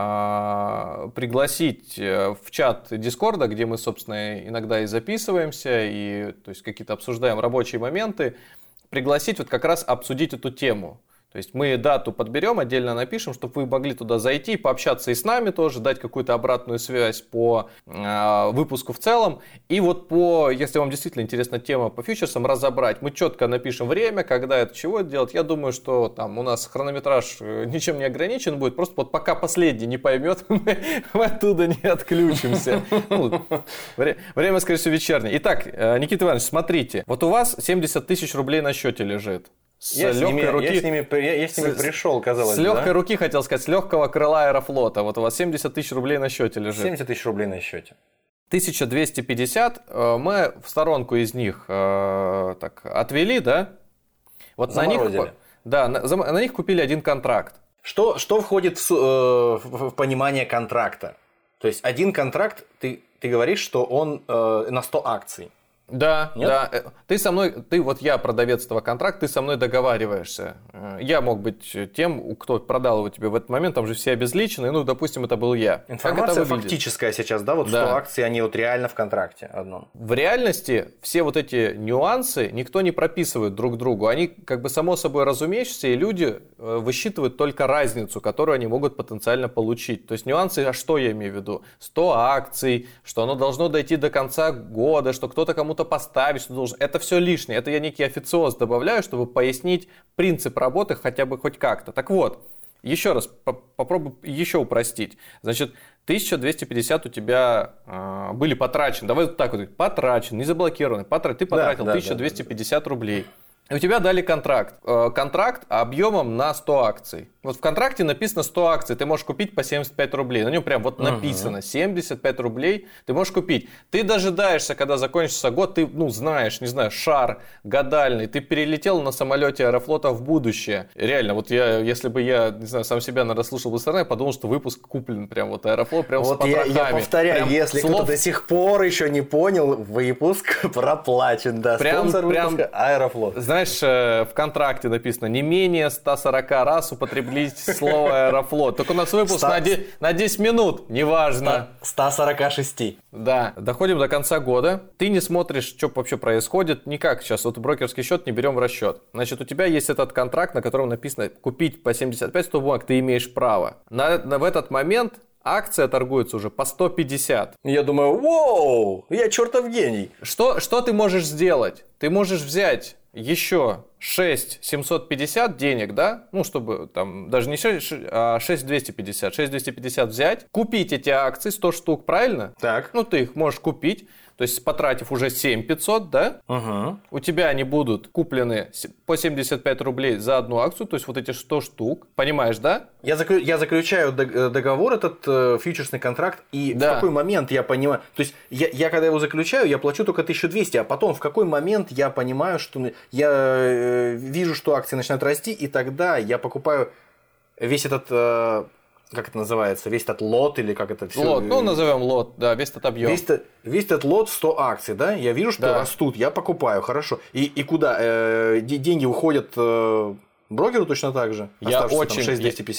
пригласить в чат Дискорда, где мы, собственно, иногда и записываемся, и то есть какие-то обсуждаем рабочие моменты, пригласить вот как раз обсудить эту тему. То есть мы дату подберем, отдельно напишем, чтобы вы могли туда зайти, пообщаться и с нами тоже, дать какую-то обратную связь по э, выпуску в целом. И вот по, если вам действительно интересна тема по фьючерсам, разобрать. Мы четко напишем время, когда это, чего делать. Я думаю, что там у нас хронометраж ничем не ограничен будет. Просто вот пока последний не поймет, мы, мы оттуда не отключимся. Ну, время, скорее всего, вечернее. Итак, Никита Иванович, смотрите. Вот у вас семьдесят тысяч рублей на счете лежит. С я, с ними, руки, я, с ними, я, я с ними с, пришел, казалось с бы. С легкой да? руки, хотел сказать, с легкого крыла Аэрофлота. Вот у вас семьдесят тысяч рублей на счете лежит. семьдесят тысяч рублей на счете. тысяча двести пятьдесят мы в сторонку из них э, так, отвели, да? Вот на них, да, на, на них купили один контракт. Что, что входит в, э, в, в понимание контракта? То есть один контракт, ты, ты говоришь, что он э, на сто акций. Да, Нет? да. Ты со мной, ты вот я продавец этого контракта, ты со мной договариваешься. Я мог быть тем, кто продал его тебе в этот момент, там же все обезличены, ну, допустим, это был я. Информация фактическая сейчас, да, вот сто да. акций, они вот реально в контракте одном. В реальности все вот эти нюансы никто не прописывает друг другу, они как бы само собой разумеющиеся, и люди высчитывают только разницу, которую они могут потенциально получить. То есть нюансы, а что я имею в виду? сто акций, что оно должно дойти до конца года, что кто-то кому-то поставить, что должен. Это все лишнее. Это я некий официоз добавляю, чтобы пояснить принцип работы хотя бы хоть как-то. Так вот, еще раз попробую еще упростить. Значит, тысяча двести пятьдесят у тебя э, были потрачены. Давай вот так вот. Потрачены, не заблокированы. Потрат... Ты потратил да, да, тысяча двести пятьдесят да, да, рублей. И у тебя дали контракт. Э, контракт объемом на сто акций. Вот в контракте написано сто акций, ты можешь купить по семьдесят пять рублей. На нем прям вот написано, семьдесят пять рублей ты можешь купить. Ты дожидаешься, когда закончится год, ты, ну, знаешь, не знаю, шар гадальный, ты перелетел на самолете Аэрофлота в будущее. Реально, вот я, если бы я, не знаю, сам себя, наверное, слушал бы стороны, я подумал, что выпуск куплен прям вот Аэрофлот, прям вот с потрохами. Я, я повторяю, прям если слов... кто-то до сих пор еще не понял, выпуск проплачен, да, прям, спонсор прям, выпуска Аэрофлот. Знаешь, в контракте написано, не менее ста сорока раз употреблить слово Аэрофлот. Только у нас выпуск ста... на десять минут, неважно. сто сорок шесть. Да. Доходим до конца года. Ты не смотришь, что вообще происходит. Никак сейчас. Вот брокерский счет не берем в расчет. Значит, у тебя есть этот контракт, на котором написано купить по семьдесят пять сто бумаг. Ты имеешь право. На, на, в этот момент акция торгуется уже по сто пятьдесят. Я думаю, воу, я чертов гений. Что, что ты можешь сделать? Ты можешь взять еще шесть тысяч семьсот пятьдесят денег, да, ну, чтобы там, даже не шесть, а шесть тысяч двести пятьдесят, шесть тысяч двести пятьдесят взять, купить эти акции, сто штук, правильно? Так. Ну, ты их можешь купить, то есть потратив уже семь тысяч пятьсот, да, угу. У тебя они будут куплены по семьдесят пять рублей за одну акцию, то есть вот эти сто штук, понимаешь, да? Я, заклю... я заключаю договор, этот э, фьючерсный контракт, и да. В какой момент я понимаю, то есть я, я когда его заключаю, я плачу только тысячу двести, а потом в какой момент я понимаю, что я э, вижу, что акции начинают расти, и тогда я покупаю весь этот... Э, как это называется, весь этот лот или как это все? Лот, ну назовем лот, да, весь этот объем. Весь, весь этот лот сто акций, да? Я вижу, что да. растут, я покупаю, хорошо. И, и куда? Э, деньги уходят э, брокеру точно так же? Я очень, шесть тысяч двести пятьдесят.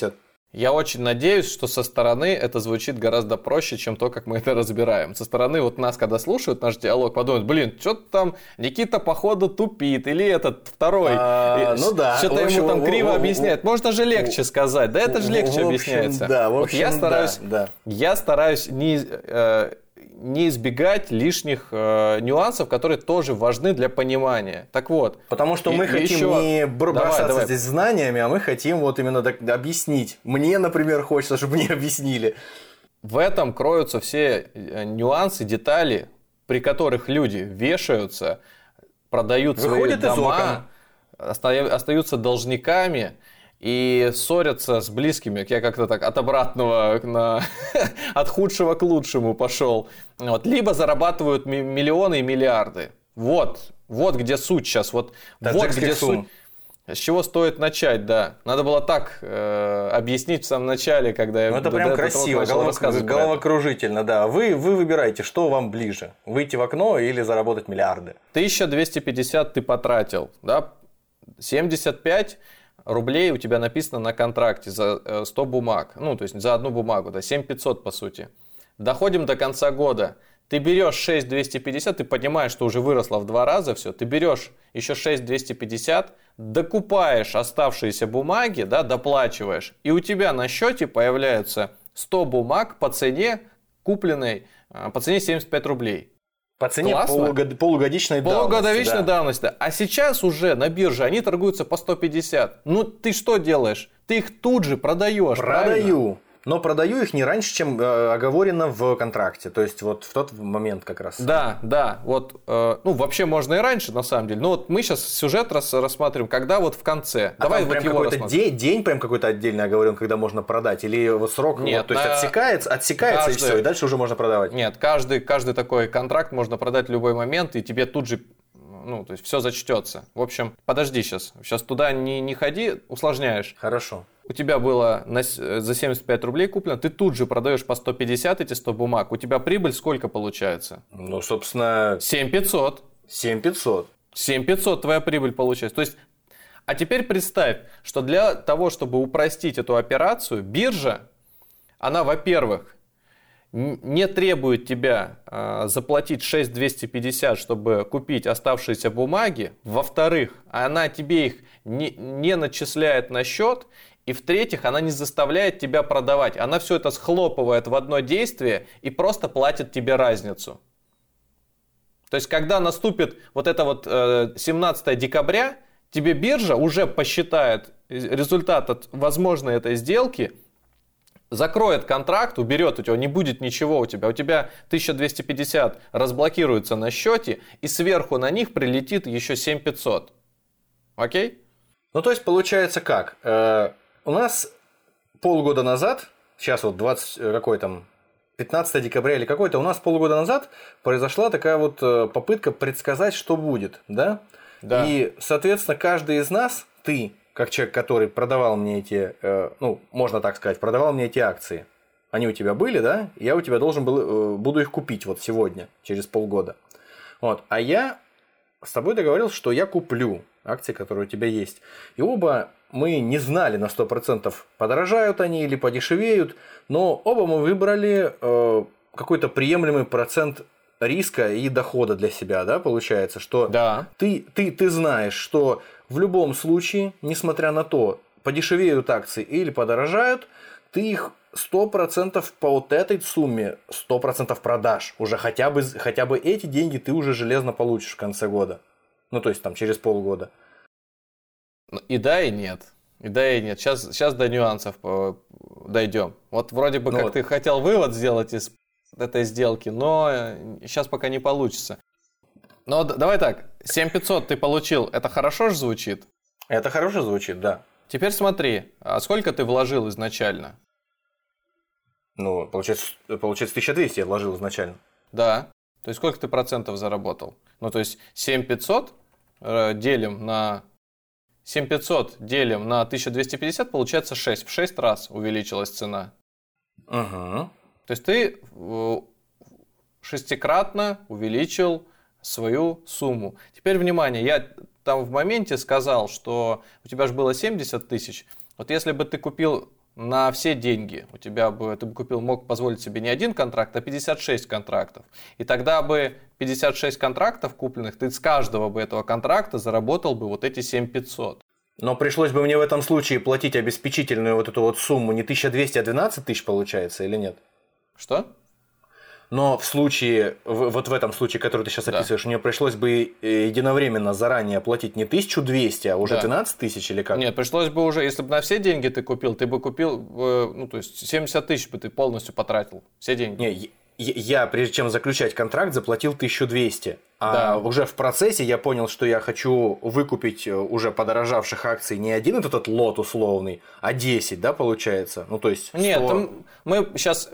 Я очень надеюсь, что со стороны это звучит гораздо проще, чем то, как мы это разбираем. Со стороны вот нас, когда слушают наш диалог, подумают, блин, что-то там Никита, походу, тупит, или этот второй, а, ну да. что-то ему там криво в, объясняет. Можно же легче в, сказать, да это же легче в общем, объясняется. Да, в общем, вот я стараюсь, да, да. я стараюсь не... Э, не избегать лишних э, нюансов, которые тоже важны для понимания. Так вот. Потому что и, мы и хотим еще... не бросаться давай, давай. здесь знаниями, а мы хотим вот именно так объяснить. Мне, например, хочется, чтобы мне объяснили. В этом кроются все нюансы, детали, при которых люди вешаются, продают Выходят свои дома, остаются должниками и ссорятся с близкими. Я как-то так от обратного, на... от худшего к лучшему пошел. Вот. Либо зарабатывают миллионы и миллиарды. Вот, вот где суть сейчас. Вот, вот где суть. С чего стоит начать, да. Надо было так э, объяснить в самом начале, когда я... Ну, это прям красиво, головокружительно, да. Вы, вы выбираете, что вам ближе. Выйти в окно или заработать миллиарды. тысяча двести пятьдесят ты потратил, да. семьдесят пять рублей у тебя написано на контракте за сто бумаг. Ну, то есть за одну бумагу, да, семь тысяч пятьсот по сути. Доходим до конца года. Ты берешь шесть тысяч двести пятьдесят, ты понимаешь, что уже выросло в два раза все. Ты берешь еще шесть тысяч двести пятьдесят, докупаешь оставшиеся бумаги, да, доплачиваешь. И у тебя на счете появляются сто бумаг по цене купленной, по цене семьдесят пять рублей. По цене полугод... полугодичной давности. Полугодовичной да. давности. А сейчас уже на бирже они торгуются по сто пятьдесят. Ну, ты что делаешь? Ты их тут же продаешь. Продаю. Правильно? Но продаю их не раньше, чем э, оговорено в контракте. То есть, вот в тот момент как раз. Да, да. Вот, э, ну, вообще можно и раньше, на самом деле. Но вот мы сейчас сюжет рас, рассматриваем, когда вот в конце. А Давай там вот прям его какой-то день, день прям какой-то отдельно оговорен, когда можно продать? Или вот срок Нет, вот, то есть на... отсекается, отсекается каждый... и все, и дальше уже можно продавать? Нет, каждый, каждый такой контракт можно продать в любой момент, и тебе тут же... Ну, то есть все зачтется. В общем, подожди сейчас. Сейчас туда не, не ходи, усложняешь. Хорошо. У тебя было на, за семьдесят пять рублей куплено, ты тут же продаешь по сто пятьдесят эти сто бумаг. У тебя прибыль сколько получается? Ну, собственно... семь тысяч пятьсот. семь тысяч пятьсот. семь тысяч пятьсот твоя прибыль получается. То есть, а теперь представь, что для того, чтобы упростить эту операцию, биржа, она, во-первых, не требует тебя э, заплатить шесть тысяч двести пятьдесят, чтобы купить оставшиеся бумаги. Во-вторых, она тебе их не, не начисляет на счет. И в-третьих, она не заставляет тебя продавать. Она все это схлопывает в одно действие и просто платит тебе разницу. То есть, когда наступит вот это вот э, семнадцатое декабря, тебе биржа уже посчитает результат от возможной этой сделки, закроет контракт, уберет у тебя, не будет ничего у тебя. У тебя тысяча двести пятьдесят разблокируется на счете, и сверху на них прилетит еще семь тысяч пятьсот. Окей? Ну, то есть, получается как? Э, у нас полгода назад, сейчас вот двадцать, какой там, пятнадцатое декабря или какой-то, у нас полгода назад произошла такая вот попытка предсказать, что будет, да? Да. И, соответственно, каждый из нас, ты, как человек, который продавал мне эти, э, ну, можно так сказать, продавал мне эти акции, они у тебя были, да? Я у тебя должен был, э, буду их купить вот сегодня, через полгода. Вот. А я с тобой договорился, что я куплю акции, которые у тебя есть. И оба мы не знали на сто процентов, подорожают они или подешевеют, но оба мы выбрали э, какой-то приемлемый процент риска и дохода для себя, да, получается, что да. ты, ты, ты знаешь, что в любом случае, несмотря на то, подешевеют акции или подорожают, ты их сто процентов по вот этой сумме сто процентов продашь. Уже хотя бы, хотя бы эти деньги ты уже железно получишь в конце года. Ну, то есть, там, через полгода. И да, и нет. И да, и нет. Сейчас, сейчас до нюансов дойдем. Вот вроде бы ну как вот. ты хотел вывод сделать из этой сделки, но сейчас пока не получится. Но давай так, семь тысяч пятьсот ты получил, это хорошо же звучит? Это хорошо звучит, да. Теперь смотри, а сколько ты вложил изначально? Ну, получается, получается тысяча двести я вложил изначально. Да. То есть сколько ты процентов заработал? Ну, то есть семь тысяч пятьсот э, делим на... семь тысяч пятьсот делим на тысяча двести пятьдесят, получается шесть. В шесть раз увеличилась цена. Угу. То есть ты шестикратно увеличил свою сумму. Теперь внимание, я там в моменте сказал, что у тебя же было семьдесят тысяч. Вот если бы ты купил на все деньги. У тебя бы, ты бы купил, мог позволить себе не один контракт, а пятьдесят шесть контрактов. И тогда бы пятьдесят шесть контрактов купленных, ты с каждого бы этого контракта заработал бы вот эти семь тысяч пятьсот. Но пришлось бы мне в этом случае платить обеспечительную вот эту вот сумму не тысяча двести, а двенадцать тысяч получается или нет? Что? Но в случае, вот в этом случае, который ты сейчас описываешь, да. мне пришлось бы единовременно заранее оплатить не тысячу двести, а уже да. двенадцать тысяч или как? Нет, пришлось бы уже, если бы на все деньги ты купил, ты бы купил, ну то есть семьдесят тысяч бы ты полностью потратил, все деньги. Не, я, прежде чем заключать контракт, заплатил тысячу двести. А да. уже в процессе я понял, что я хочу выкупить уже подорожавших акций не один этот лот условный, а десять, да, получается? Ну, то есть сто... Нет, там мы сейчас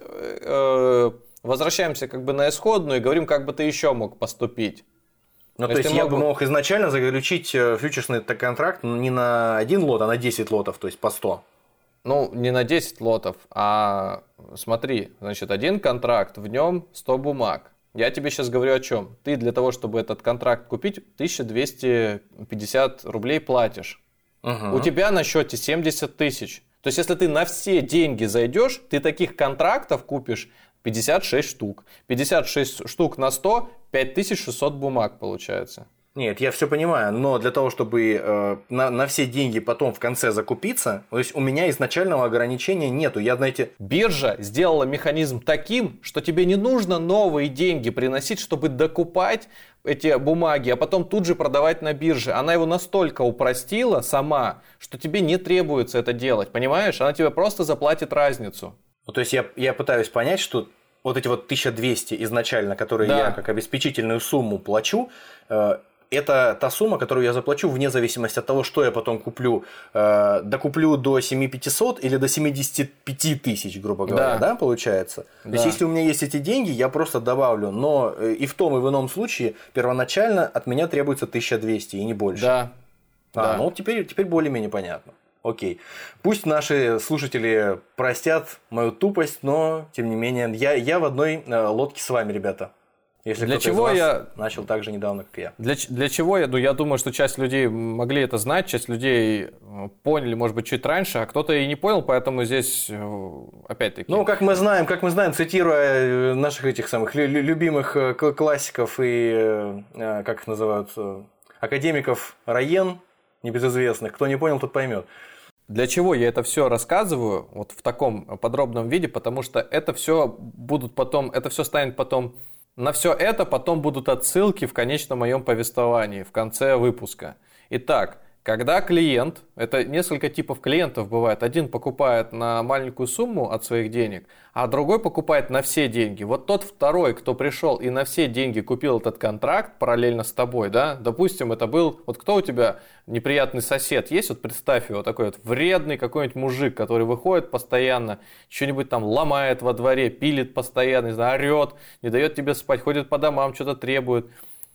э, возвращаемся как бы на исходную и говорим, как бы ты еще мог поступить. Ну, то, то есть, есть я бы мог изначально заключить фьючерсный контракт не на один лот, а на десять лотов, то есть по сто. Ну, не на десять лотов, а смотри, значит, один контракт, в нем сто бумаг. Я тебе сейчас говорю о чем. Ты для того, чтобы этот контракт купить, тысяча двести пятьдесят рублей платишь. Угу. У тебя на счете семьдесят тысяч. То есть, если ты на все деньги зайдешь, ты таких контрактов купишь пятьдесят шесть штук. пятьдесят шесть штук на сто, пять тысяч шестьсот бумаг получается. Нет, я все понимаю, но для того, чтобы э, на, на все деньги потом в конце закупиться, то есть у меня изначального ограничения нету. Я, знаете... Биржа сделала механизм таким, что тебе не нужно новые деньги приносить, чтобы докупать эти бумаги, а потом тут же продавать на бирже. Она его настолько упростила сама, что тебе не требуется это делать, понимаешь? Она тебе просто заплатит разницу. Ну, то есть я, я пытаюсь понять, что вот эти вот тысяча двести изначально, которые да. я как обеспечительную сумму плачу, э, это та сумма, которую я заплачу вне зависимости от того, что я потом куплю. Э, докуплю до семь тысяч пятисот или до семьдесят пять тысяч, грубо говоря, да, да получается? Да. То есть, если у меня есть эти деньги, я просто добавлю. Но и в том, и в ином случае первоначально от меня требуется тысяча двести и не больше. Да. А, да. ну теперь, теперь более-менее понятно. Окей. Пусть наши слушатели простят мою тупость, но, тем не менее, я, я в одной лодке с вами, ребята. Если для кто-то чего из вас я начал так же недавно, как я. Для, для чего я? Ну, я думаю, что часть людей могли это знать, часть людей поняли, может быть, чуть раньше, а кто-то и не понял, поэтому здесь опять-таки. Ну, как мы знаем, как мы знаем, цитируя наших этих самых любимых классиков и, как их называют, академиков Раен, небезызвестных, кто не понял, тот поймет. Для чего я это все рассказываю вот в таком подробном виде? Потому что это все будут потом, это все станет потом. На все это потом будут отсылки в конечном моем повествовании, в конце выпуска. Итак, когда клиент, это несколько типов клиентов бывает, один покупает на маленькую сумму от своих денег, а другой покупает на все деньги. Вот тот второй, кто пришел и на все деньги купил этот контракт параллельно с тобой, да, допустим, это был, вот кто у тебя неприятный сосед есть, вот представь его, такой вот вредный какой-нибудь мужик, который выходит постоянно, что-нибудь там ломает во дворе, пилит постоянно, не знаю, орет, не дает тебе спать, ходит по домам, что-то требует.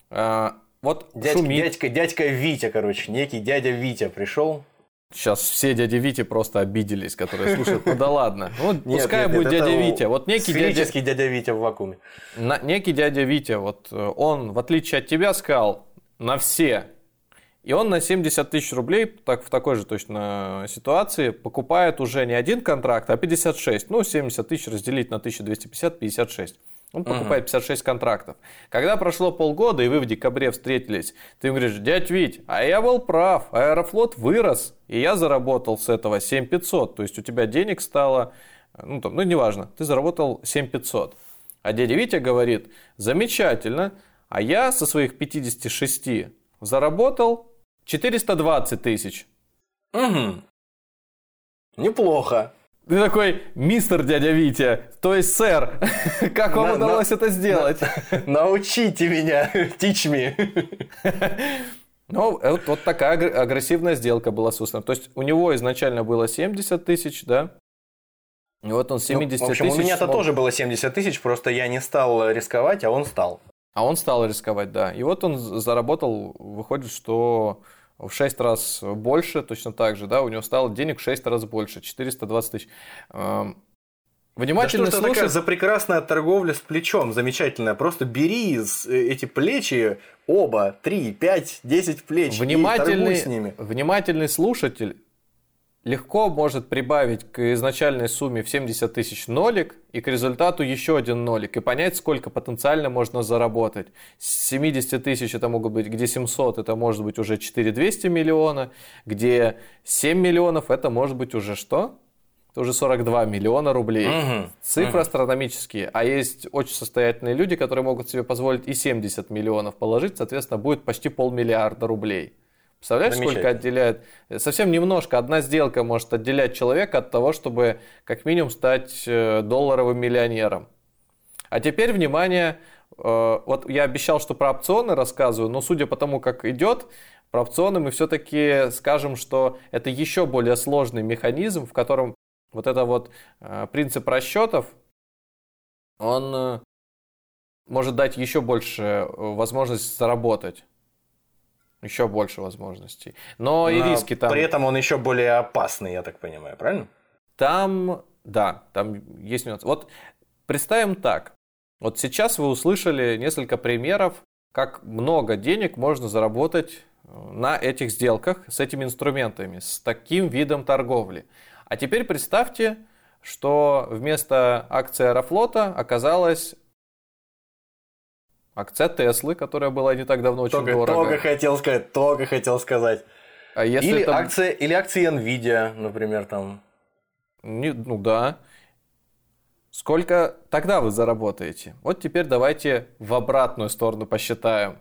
Вот дядька, дядька, дядька Витя, короче, некий дядя Витя пришел. Сейчас все дяди Вити просто обиделись, которые слушают. Ну да ладно. Ну, нет, пускай нет, будет нет, дядя Витя. Вот некий сферический дядя... дядя Витя в вакууме. На, некий дядя Витя, вот он, в отличие от тебя, сказал на все. И он на семьдесят тысяч рублей, так, в такой же точно ситуации, покупает уже не один контракт, а пятьдесят шесть. Ну, семьдесят тысяч разделить на тысячу двести пятьдесят, пятьдесят шесть. Он покупает пятьдесят шесть контрактов. Когда прошло полгода, и вы в декабре встретились, ты ему говоришь: дядь Вить, а я был прав, Аэрофлот вырос, и я заработал с этого семь тысяч пятьсот. То есть у тебя денег стало, ну, там, ну неважно, ты заработал семь тысяч пятьсот. А дядя Витя говорит: замечательно, а я со своих пятидесяти шести заработал четыреста двадцать тысяч. Угу. Неплохо. Ты такой: мистер дядя Витя, то есть сэр, как вам на, удалось на, это сделать? На, научите меня, teach me. Ну, вот, вот такая агрессивная сделка была с Устрем. То есть у него изначально было семьдесят тысяч, да? И вот он семьдесят ну, в общем, тысяч... у меня-то смог... тоже было семьдесят тысяч, просто я не стал рисковать, а он стал. А он стал рисковать, да. И вот он заработал, выходит, что... в шесть раз больше, точно так же, да, у него стало денег в шесть раз больше, четыреста двадцать тысяч. Внимательно да что слушай... такая за прекрасная торговля с плечом, замечательная. Просто бери эти плечи оба, три, пять, десять плеч внимательный, и торгуй с ними. Внимательный слушатель легко может прибавить к изначальной сумме в семьдесят тысяч нолик и к результату еще один нолик и понять, сколько потенциально можно заработать. С семьдесят тысяч это могут быть, где семьсот, это может быть уже четыре тысячи двести миллиона, где семь миллионов, это может быть уже что? Это уже сорок два миллиона рублей. Угу. Цифры угу. астрономические. А есть очень состоятельные люди, которые могут себе позволить и семьдесят миллионов положить, соответственно, будет почти полмиллиарда рублей. Представляешь, сколько отделяет? Совсем немножко. Одна сделка может отделять человека от того, чтобы как минимум стать долларовым миллионером. А теперь, внимание, вот я обещал, что про опционы рассказываю, но судя по тому, как идет, про опционы мы все-таки скажем, что это еще более сложный механизм, в котором вот это вот принцип расчетов, он может дать еще больше возможность заработать. Еще больше возможностей. Но, Но и риски там... При этом он еще более опасный, я так понимаю, правильно? Там, да, там есть нюансы. Вот представим так. Вот сейчас вы услышали несколько примеров, как много денег можно заработать на этих сделках с этими инструментами, с таким видом торговли. А теперь представьте, что вместо акции Аэрофлота оказалась акция Теслы, которая была не так давно очень только, дорого. Только хотел сказать, только хотел сказать. А если или, это... акции, или акции Nvidia, например, там. Не, ну да. Сколько тогда вы заработаете? Вот теперь давайте в обратную сторону посчитаем.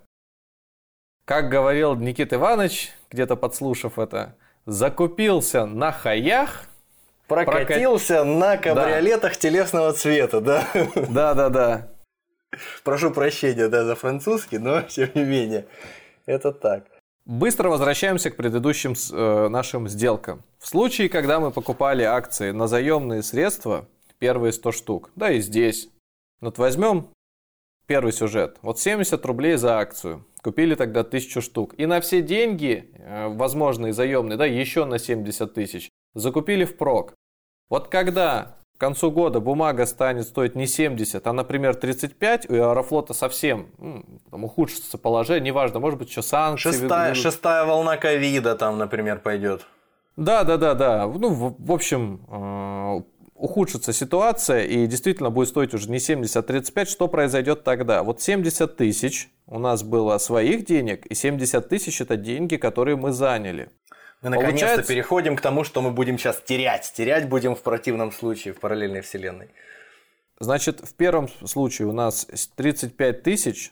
Как говорил Никита Иванович, где-то подслушав это, закупился на хаях. Прокатился прокат... на кабриолетах да. телесного цвета, да? Да, да, да. Прошу прощения, да, за французский, но тем не менее, это так. Быстро возвращаемся к предыдущим э, нашим сделкам. В случае, когда мы покупали акции на заемные средства, первые сто штук, да и здесь, вот возьмем первый сюжет, вот семьдесят рублей за акцию, купили тогда тысячу штук, и на все деньги, э, возможные заемные, да, еще на семьдесят тысяч, закупили впрок. Вот когда... К концу года бумага станет стоить не семьдесят, а, например, тридцать пять, у Аэрофлота совсем там, ухудшится положение, неважно, может быть, еще санкции. Шестая, шестая волна ковида там, например, пойдет. Да, да, да, да. Ну, в, в общем, э, ухудшится ситуация и действительно будет стоить уже не семьдесят, а тридцать пять. Что произойдет тогда? Вот семьдесят тысяч у нас было своих денег, и семьдесят тысяч это деньги, которые мы заняли. Мы наконец-то Получается... переходим к тому, что мы будем сейчас терять. Терять будем в противном случае в параллельной вселенной. Значит, в первом случае у нас тридцать пять тысяч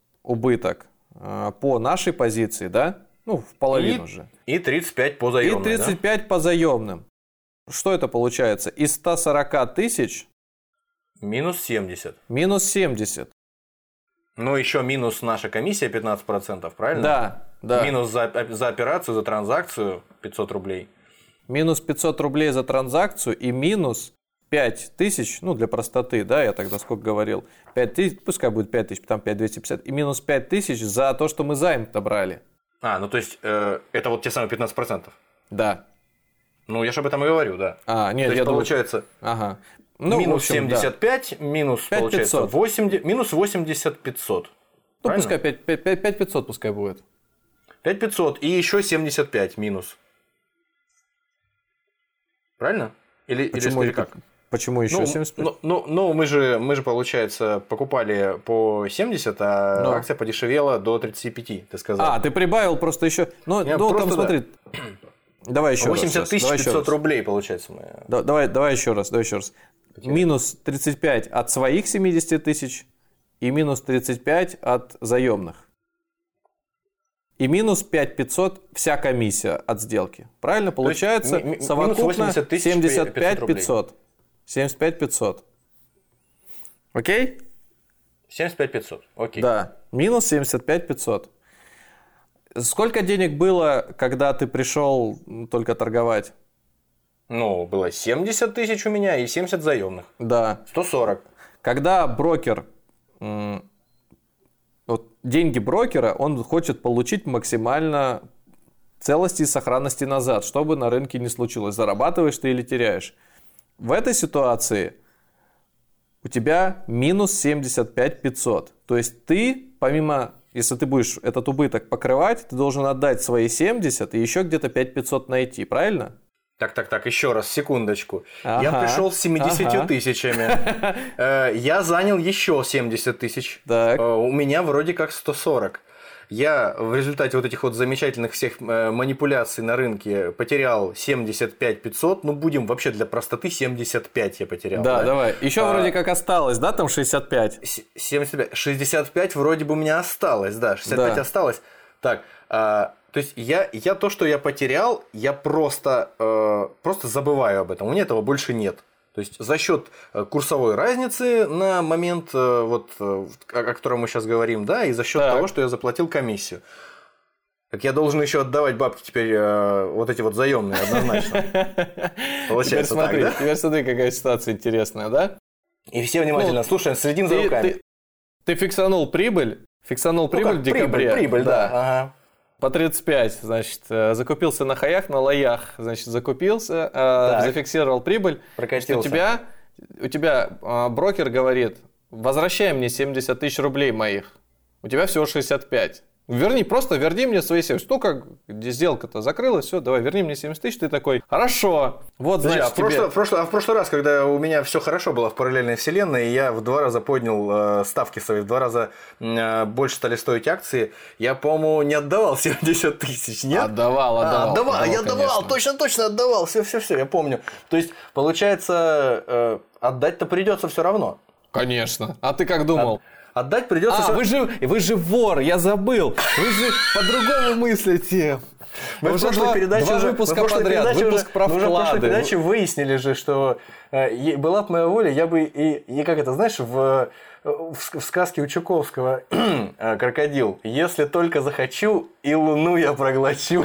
убыток э, по нашей позиции, да? Ну, в половину и, же. И тридцать пять по заемным. И тридцать пять да? по заемным. Что это получается? Из ста сорока тысяч... Минус семьдесят. Минус семьдесят. Ну, еще минус наша комиссия пятнадцать процентов, правильно? Да. Да. Минус за, за операцию, за транзакцию пятьсот рублей. Минус пятьсот рублей за транзакцию и минус пять тысяч, ну для простоты, да, я тогда сколько говорил, пять тысяч, пускай будет пять тысяч, там пять тысяч двести пятьдесят, и минус пять тысяч за то, что мы займ-то брали. А, ну то есть, э, это вот те самые пятнадцать процентов? Да. Ну, я же об этом и говорю, да. А, нет, то есть, я получается, думаю... ага. ну, минус общем, семьдесят пять, да. минус, пять получается, восемьдесят, минус восемьдесят пятьсот. Ну, правильно? Пускай пять тысяч пятьсот пускай будет. пять тысяч пятьсот и еще семьдесят пять минус. Правильно? Или, почему, или, или как? Почему еще ну, семьдесят пять? Ну, ну, ну мы, же, мы же, получается, покупали по семьдесят, а Но. акция подешевела до тридцати пяти, ты сказал. А, ты прибавил просто еще... Ну, ну там смотри... Да. Давай еще восемьдесят раз. восемьдесят тысяч пятьсот рублей, получается. Мы... Да, давай, давай еще раз. Давай еще раз. Потерял. Минус тридцать пять от своих семидесяти тысяч и минус тридцать пять от заемных. И минус пять тысяч пятьсот вся комиссия от сделки. Правильно? Получается есть, совокупно семьдесят пять тысяч пятьсот. семьдесят пять тысяч пятьсот. Окей? семьдесят пять тысяч пятьсот. Окей. Да. Минус семьдесят пять тысяч пятьсот. Сколько денег было, когда ты пришел только торговать? Ну, было семьдесят тысяч у меня и семьдесят заемных. Да. сто сорок. Когда брокер... Вот деньги брокера, он хочет получить максимально целости и сохранности назад, что бы на рынке ни случилось, зарабатываешь ты или теряешь. В этой ситуации у тебя минус семьдесят пять тысяч пятьсот. То есть ты, помимо, если ты будешь этот убыток покрывать, ты должен отдать свои семьдесят и еще где-то пять тысяч пятьсот найти, правильно? Так, так, так, еще раз, секундочку. Ага, я пришел с семьдесят тысячами. Я занял еще семьдесят тысяч. Так. У меня вроде как сто сорок. Я в результате вот этих вот замечательных всех манипуляций на рынке потерял семьдесят пять пятьсот. Ну, будем вообще для простоты семьдесят пять я потерял. Да, да? давай. Еще а, вроде как осталось, да, там шестьдесят пять? семьдесят пять. шестьдесят пять вроде бы у меня осталось, да, шестьдесят пять да. осталось. Так, а, то есть я, я то, что я потерял, я просто, э, просто забываю об этом. У меня этого больше нет. То есть за счет курсовой разницы на момент, вот, о котором мы сейчас говорим, да, и за счет так. того, что я заплатил комиссию. Так я должен еще отдавать бабки теперь вот эти вот заемные однозначно. Получается теперь смотри, так, да? Теперь смотри, какая ситуация интересная, да? И все внимательно ну, слушаем, следим ты, за руками. Ты, ты фиксанул прибыль, фиксанул ну, прибыль как, в декабре. Прибыль, прибыль да. да. Ага. По тридцать пять, значит, закупился на хаях, на лоях, значит, закупился, так. зафиксировал прибыль. Прокатился. У тебя, у тебя а, брокер говорит, возвращай мне семьдесят тысяч рублей моих. У тебя всего шестьдесят пять. Верни, просто верни мне свои семьдесят. Ну, как сделка-то закрылась, все, давай, верни мне семьдесят тысяч. Ты такой, хорошо. Вот, Подожди, значит, а, в прошлый, тебе... в прошлый, а в прошлый раз, когда у меня все хорошо было в параллельной вселенной, и я в два раза поднял э, ставки свои, в два раза э, больше стали стоить акции, я, по-моему, не отдавал семьдесят тысяч, нет? Отдавал, отдавал. А, отдавал, отдавал, я отдавал, точно-точно отдавал, все-все-все, я помню. То есть, получается, э, отдать-то придется все равно. Конечно. А ты как думал? От... Отдать придется... А, все... вы же, вы же вор, я забыл. Вы же по-другому мыслите. Мы в прошлой передаче два уже, выпуска мы подряд, передаче выпуск уже, про мы уже в прошлой вклады. передаче выяснили же, что э, была бы моя воля, я бы и, и как это, знаешь, в, в, в сказке у Чуковского «Крокодил», если только захочу, и луну я проглочу.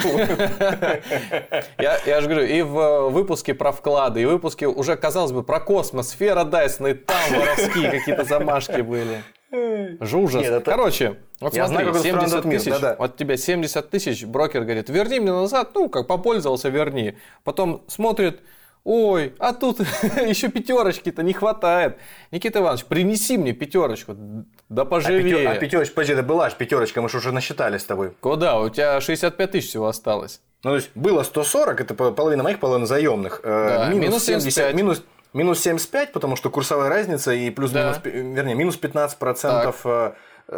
Я, я же говорю, и в выпуске про вклады, и в выпуске уже, казалось бы, про космос, сфера Дайсона, и там воровские какие-то замашки были. Жужас. Нет, это... Короче, вот я смотри, знаю, семьдесят тысяч, да-да. вот тебе семьдесят тысяч, брокер говорит, верни мне назад, ну, как попользовался, верни. Потом смотрит, ой, а тут еще пятерочки-то не хватает. Никита Иванович, принеси мне пятерочку, да поживее. А, пятер... а пятерочка, подожди, это была же пятерочка, мы же уже насчитали с тобой. Куда? У тебя шестьдесят пять тысяч всего осталось. Ну, то есть, было сто сорок, это половина моих, половина заемных. Да, минус, минус семьдесят пять. Минус... Минус семьдесят пять, потому что курсовая разница и плюс-минус, да. вернее, минус пятнадцать процентов так.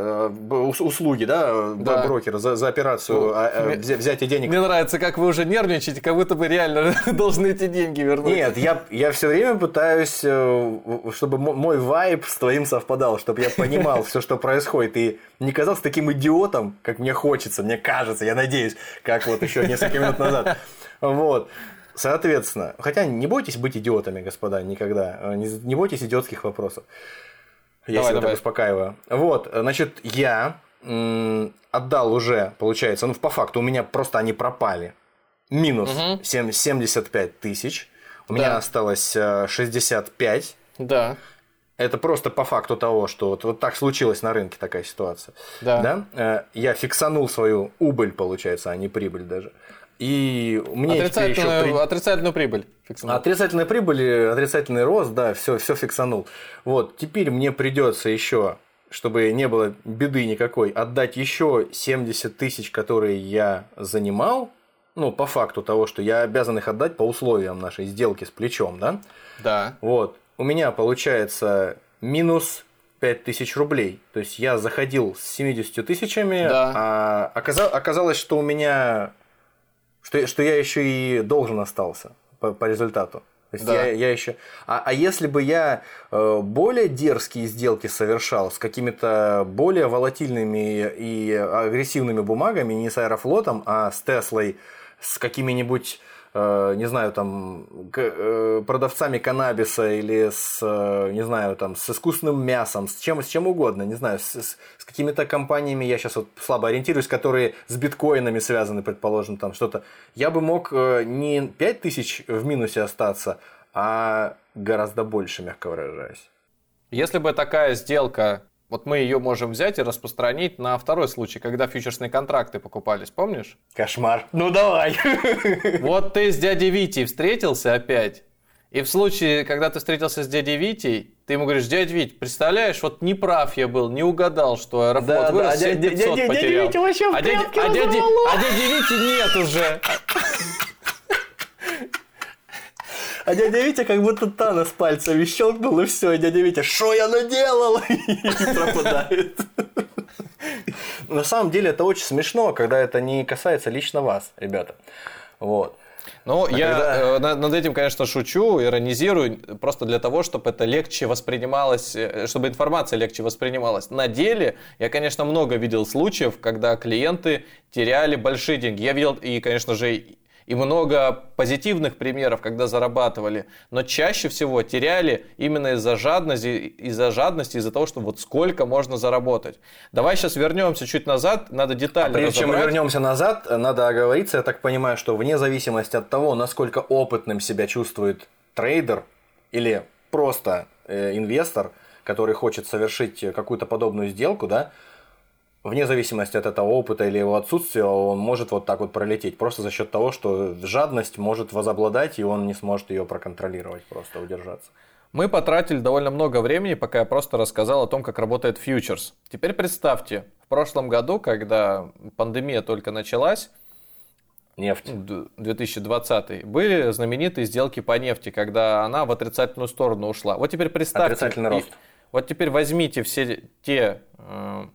услуги, да, да. брокера за, за операцию ну, а, мне, взятия денег. Мне нравится, как вы уже нервничаете, как будто бы реально должны эти деньги вернуть. Нет, я, я все время пытаюсь, чтобы мой вайб с твоим совпадал, чтобы я понимал все, что происходит, и не казался таким идиотом, как мне хочется, мне кажется, я надеюсь, как вот еще несколько минут назад. Вот. Соответственно, хотя не бойтесь быть идиотами, господа, никогда. Не, не бойтесь идиотских вопросов. Я давай, себя давай. так успокаиваю. Вот, значит, я м- отдал уже, получается, ну, по факту у меня просто они пропали. Минус угу. семьдесят пять тысяч. У да. меня осталось шестьдесят пять. Да. Это просто по факту того, что вот, вот так случилось на рынке такая ситуация. Да. Да? Я фиксанул свою убыль, получается, а не прибыль даже. И мне отрицательную, еще... отрицательную прибыль фиксанул. Отрицательная прибыль, отрицательный рост, да, все, все фиксанул. Вот, теперь мне придется еще, чтобы не было беды никакой, отдать еще семьдесят тысяч, которые я занимал, ну, по факту того, что я обязан их отдать по условиям нашей сделки с плечом, да? Да. Вот, у меня получается минус пять тысяч рублей. То есть я заходил с семьюдесятью тысячами, да. а оказалось, что у меня... Что, что я еще и должен остался по, по результату. То есть да. я, я еще... а, а если бы я э, более дерзкие сделки совершал с какими-то более волатильными и агрессивными бумагами, не с Аэрофлотом, а с Теслой, с какими-нибудь, э, не знаю, там, к, э, продавцами каннабиса или с, э, не знаю, там, с искусственным мясом, с чем, с чем угодно, не знаю, с, с, с какими-то компаниями, я сейчас вот слабо ориентируюсь, которые с биткоинами связаны, предположим, там что-то, я бы мог э, не пять тысяч в минусе остаться, а гораздо больше, мягко выражаясь. Если бы такая сделка... Вот мы ее можем взять и распространить на второй случай, когда фьючерсные контракты покупались, помнишь? Кошмар. Ну давай. Вот ты с дядей Витей встретился опять, и в случае, когда ты встретился с дядей Витей, ты ему говоришь: дядя Вить, представляешь, вот не прав я был, не угадал, что Аэрофлот да, вырос, да, семь тысяч пятьсот потерял. Дядя Витя вообще в а, дядя, а, дядя, а дяди Вити нет уже. А дядя Витя как будто Танос пальцами щелкнул, и все, и дядя Витя, что я наделал? И пропадает. На самом деле это очень смешно, когда это не касается лично вас, ребята. Вот. Ну, а я когда... над этим, конечно, шучу, иронизирую, просто для того, чтобы это легче воспринималось, чтобы информация легче воспринималась. На деле я, конечно, много видел случаев, когда клиенты теряли большие деньги. Я видел и, конечно же, и много позитивных примеров, когда зарабатывали, но чаще всего теряли именно из-за жадности, из-за жадности, из-за того, что вот сколько можно заработать. Давай сейчас вернемся чуть назад, надо детально а прежде разобрать. чем мы вернемся назад, надо оговориться, я так понимаю, что вне зависимости от того, насколько опытным себя чувствует трейдер или просто э, инвестор, который хочет совершить какую-то подобную сделку, да, вне зависимости от этого опыта или его отсутствия, он может вот так вот пролететь. Просто за счет того, что жадность может возобладать, и он не сможет ее проконтролировать, просто удержаться. Мы потратили довольно много времени, пока я просто рассказал о том, как работает фьючерс. Теперь представьте, в прошлом году, когда пандемия только началась, нефть. две тысячи двадцатый, были знаменитые сделки по нефти, когда она в отрицательную сторону ушла. Вот теперь представьте. Отрицательный рост. Вот теперь возьмите все те... Э,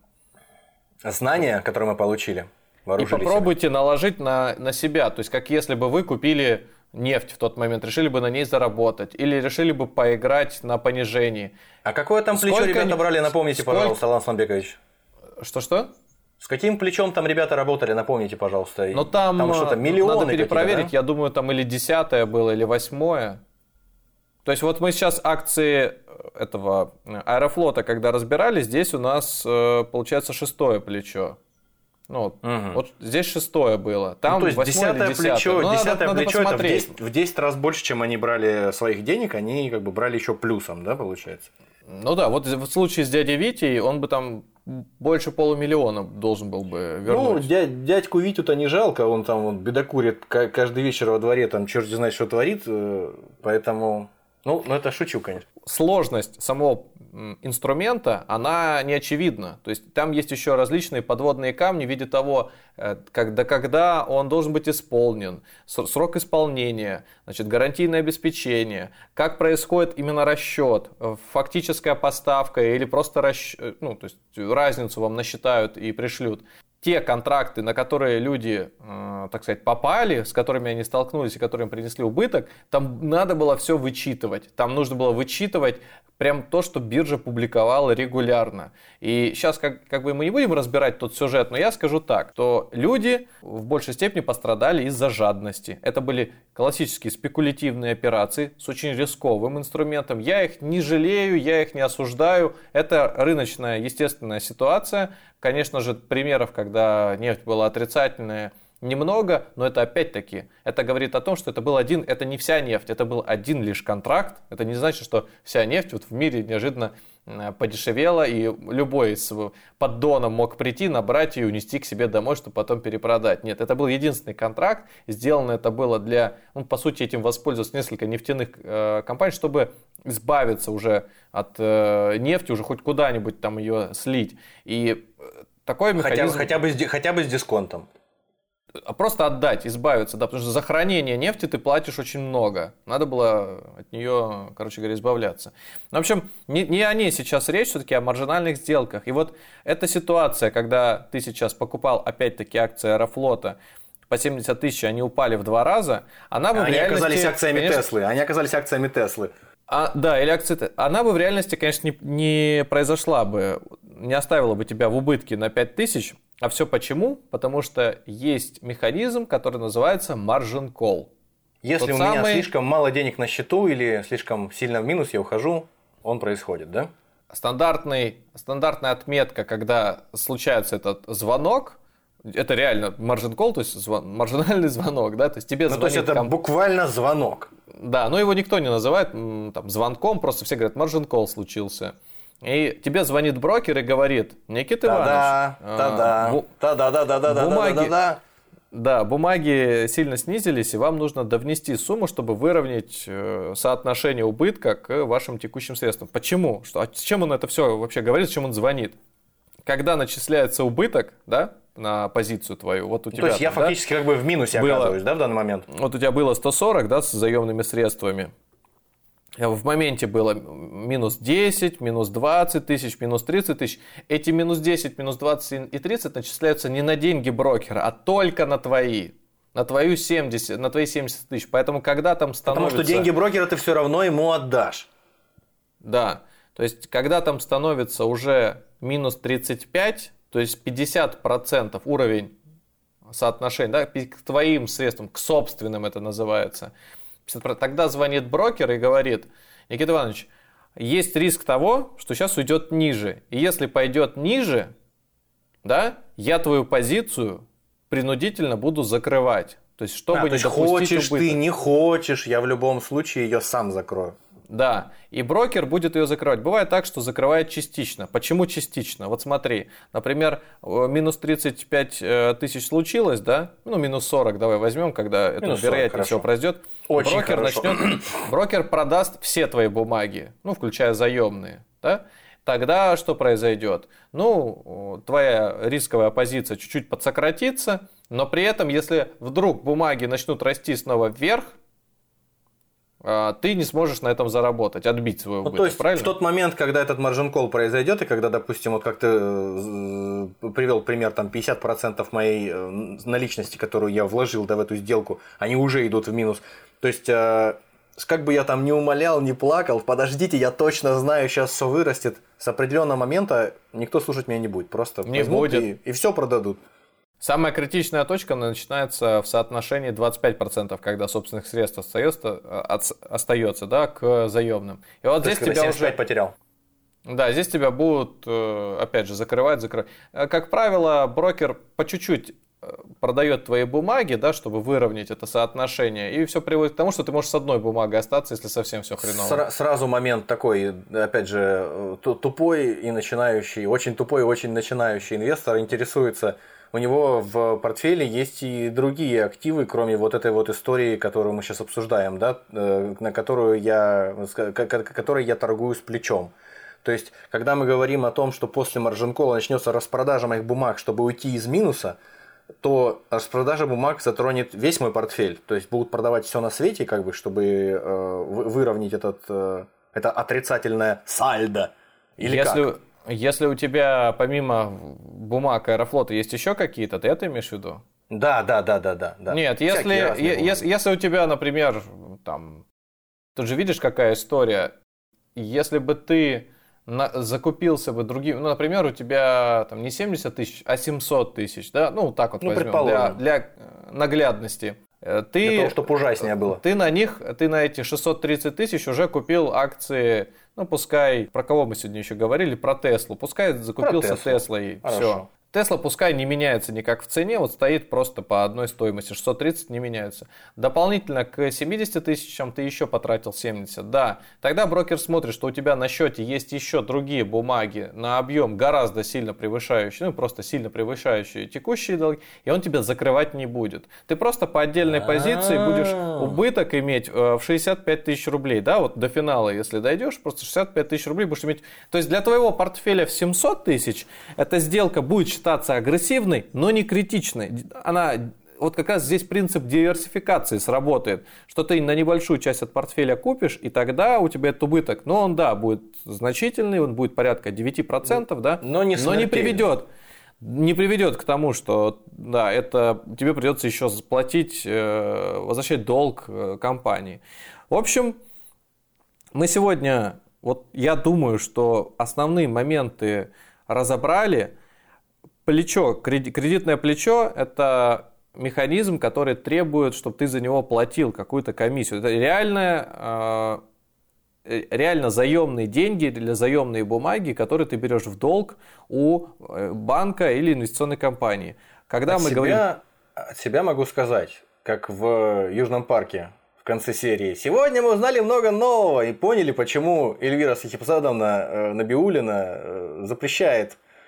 знания, которые мы получили, и попробуйте себя. наложить на, на себя. То есть, как если бы вы купили нефть в тот момент, решили бы на ней заработать, или решили бы поиграть на понижении. А какое там плечо Сколько ребята брали, напомните, Сколько... пожалуйста, Алан Сламбекович. Что-что? С каким плечом там ребята работали, напомните, пожалуйста. Но там, там что-то миллионы надо перепроверить, да? Я думаю, там или десятое было, или восьмое. То есть, вот мы сейчас акции этого Аэрофлота, когда разбирали, здесь у нас получается шестое плечо. Ну, угу. Вот здесь шестое было. Там ну, то есть десятое плечо, ну, десятое надо, плечо надо это в десять, в десять раз больше, чем они брали своих денег, они как бы брали еще плюсом, да, получается? Ну да, вот в случае с дядей Витей, он бы там больше полумиллиона должен был бы вернуть. Ну, дядь, дядьку Витю-то не жалко, он там он бедокурит каждый вечер во дворе, там черт знает, что творит, поэтому... Ну, ну, это шучу, конечно. Сложность самого инструмента, она не очевидна. То есть, там есть еще различные подводные камни в виде того, когда, когда он должен быть исполнен, срок исполнения, значит, гарантийное обеспечение, как происходит именно расчет, фактическая поставка или просто расчет, ну, то есть, разницу вам насчитают и пришлют. Те контракты, на которые люди, э, так сказать, попали, с которыми они столкнулись и которые им принесли убыток, там надо было все вычитывать. Там нужно было вычитывать прям то, что биржа публиковала регулярно. И сейчас как, как бы мы не будем разбирать тот сюжет, но я скажу так, что люди в большей степени пострадали из-за жадности. Это были классические спекулятивные операции с очень рисковым инструментом. Я их не жалею, я их не осуждаю. Это рыночная, естественная ситуация. Конечно же, примеров, когда нефть была отрицательная, немного, но это опять-таки, это говорит о том, что это был один, это не вся нефть, это был один лишь контракт. Это не значит, что вся нефть вот в мире неожиданно подешевела, и любой с поддоном мог прийти, набрать ее и унести к себе домой, чтобы потом перепродать. Нет, это был единственный контракт, сделано это было для, ну, по сути, этим воспользоваться несколько нефтяных э, компаний, чтобы избавиться уже от э, нефти, уже хоть куда-нибудь там ее слить. И такой механизм... Хотя, хотя, бы, с, хотя бы с дисконтом. Просто отдать, избавиться, да, потому что за хранение нефти ты платишь очень много. Надо было от нее, короче говоря, избавляться. В общем, не, не о ней сейчас речь, все-таки о маржинальных сделках. И вот эта ситуация, когда ты сейчас покупал, опять-таки, акции Аэрофлота по семьдесят тысяч, они упали в два раза, она бы они в реальности... оказались акциями конечно, Теслы, они оказались акциями Теслы. А, да, или акции... Она бы в реальности, конечно, не, не произошла бы, не оставила бы тебя в убытке на пять тысяч. А все почему? Потому что есть механизм, который называется margin call. Если Тот у самый... меня слишком мало денег на счету или слишком сильно в минус, я ухожу, он происходит, да? Стандартный, стандартная отметка, когда случается этот звонок, это реально margin call, то есть звон, маржинальный звонок, да, то есть тебе ну, звонит... То есть это комп... буквально звонок. Да, но его никто не называет там, звонком, просто все говорят, margin call случился. И тебе звонит брокер и говорит: Никита Иванович, та-да, бу- та-да-да-да-да-да-да-да-да. бумаги, да, бумаги сильно снизились, и вам нужно довнести сумму, чтобы выровнять соотношение убытка к вашим текущим средствам. Почему? Что, а с чем он это все вообще говорит, с чем он звонит? Когда начисляется убыток, да, на позицию твою. Вот у тебя, то есть я да, фактически как бы в минусе было, оказываюсь, да, в данный момент? Вот у тебя было сто сорок, да, с заемными средствами. В моменте было минус десять, минус двадцать тысяч, минус тридцать тысяч. Эти минус десять, минус двадцать и тридцать начисляются не на деньги брокера, а только на твои. На, твою семьдесят, на твои семьдесят тысяч. Поэтому когда там становится... Потому что деньги брокера ты все равно ему отдашь. Да. То есть когда там становится уже минус тридцать пять, то есть пятьдесят процентов уровень соотношения, да, к твоим средствам, к собственным это называется, тогда звонит брокер и говорит: Никита Иванович, есть риск того, что сейчас уйдет ниже. И если пойдет ниже, да, я твою позицию принудительно буду закрывать. То есть, чтобы а, не то есть допустить хочешь убыток. ты, не хочешь, я в любом случае ее сам закрою. Да, и брокер будет ее закрывать. Бывает так, что закрывает частично. Почему частично? Вот смотри, например, минус тридцать пять тысяч случилось, да? Ну, минус сорок давай возьмем, когда это вероятнее всего произойдет. Очень брокер хорошо. начнет, брокер продаст все твои бумаги, ну, включая заемные, да? Тогда что произойдет? Ну, твоя рисковая позиция чуть-чуть подсократится, но при этом, если вдруг бумаги начнут расти снова вверх, ты не сможешь на этом заработать, отбить свой убыток, ну, то есть правильно? В тот момент, когда этот margin call произойдет, и когда, допустим, вот как ты э, привел пример, там пятьдесят процентов моей э, наличности, которую я вложил, да, в эту сделку, они уже идут в минус. То есть, э, как бы я там не умолял, не плакал, подождите, я точно знаю, сейчас все вырастет. С определенного момента никто слушать меня не будет, просто не возьмут будет. И, и все продадут. Самая критичная точка начинается в соотношении двадцать пять процентов, когда собственных средств остается, остается, да, к заемным. И вот здесь тебя уже потерял. Да, здесь тебя будут, опять же, закрывать, закрывать. Как правило, брокер по чуть-чуть продает твои бумаги, да, чтобы выровнять это соотношение, и все приводит к тому, что ты можешь с одной бумагой остаться, если совсем все хреново. Сра- сразу момент такой, опять же, тупой и начинающий, очень тупой и очень начинающий инвестор интересуется. У него в портфеле есть и другие активы, кроме вот этой вот истории, которую мы сейчас обсуждаем, да, на которую я, которой я торгую с плечом. То есть, когда мы говорим о том, что после маржин-колла начнется распродажа моих бумаг, чтобы уйти из минуса, то распродажа бумаг затронет весь мой портфель. То есть, будут продавать все на свете, как бы, чтобы э, выровнять этот, э, это отрицательное сальдо. Или Если... как? Если у тебя помимо бумаг Аэрофлота есть еще какие-то, ты это имеешь в виду? Да, да, да, да, да. да. Нет, если, если, если у тебя, например, там, ты же видишь, какая история, если бы ты на, закупился бы другим, ну, например, у тебя там не семьдесят тысяч, а семьсот тысяч, да, ну, так вот ну, возьмем, для, для наглядности. Ты, для того, чтобы ужаснее было. Ты на них, ты на эти шестьсот тридцать тысяч уже купил акции, ну, пускай, про кого мы сегодня еще говорили, про Теслу, пускай закупился Теслой, все. Тесла пускай не меняется никак в цене, вот стоит просто по одной стоимости, шестьсот тридцать не меняется. Дополнительно к семидесяти тысячам ты еще потратил семьдесят, да. Тогда брокер смотрит, что у тебя на счете есть еще другие бумаги на объем гораздо сильно превышающий, ну просто сильно превышающие текущие долги, и он тебя закрывать не будет. Ты просто по отдельной позиции будешь убыток иметь в шестьдесят пять тысяч рублей, да, вот до финала, если дойдешь, просто шестьдесят пять тысяч рублей будешь иметь. То есть для твоего портфеля в семьсот тысяч эта сделка будет считаться агрессивной, но не критичной. Она, вот как раз здесь принцип диверсификации сработает, что ты на небольшую часть от портфеля купишь, и тогда у тебя этот убыток, но он, да, будет значительный, он будет порядка девять процентов, да, но не, но не приведет. Не приведет к тому, что да, это тебе придется еще заплатить, возвращать долг компании. В общем, мы сегодня, вот я думаю, что основные моменты разобрали. Плечо, кредитное плечо – это механизм, который требует, чтобы ты за него платил какую-то комиссию. Это реально, реально заемные деньги или заемные бумаги, которые ты берешь в долг у банка или инвестиционной компании. Когда от мы себя, говорим... От себя могу сказать, как в Южном парке в конце серии. Сегодня мы узнали много нового и поняли, почему Эльвира Сахипзадовна Набиуллина запрещает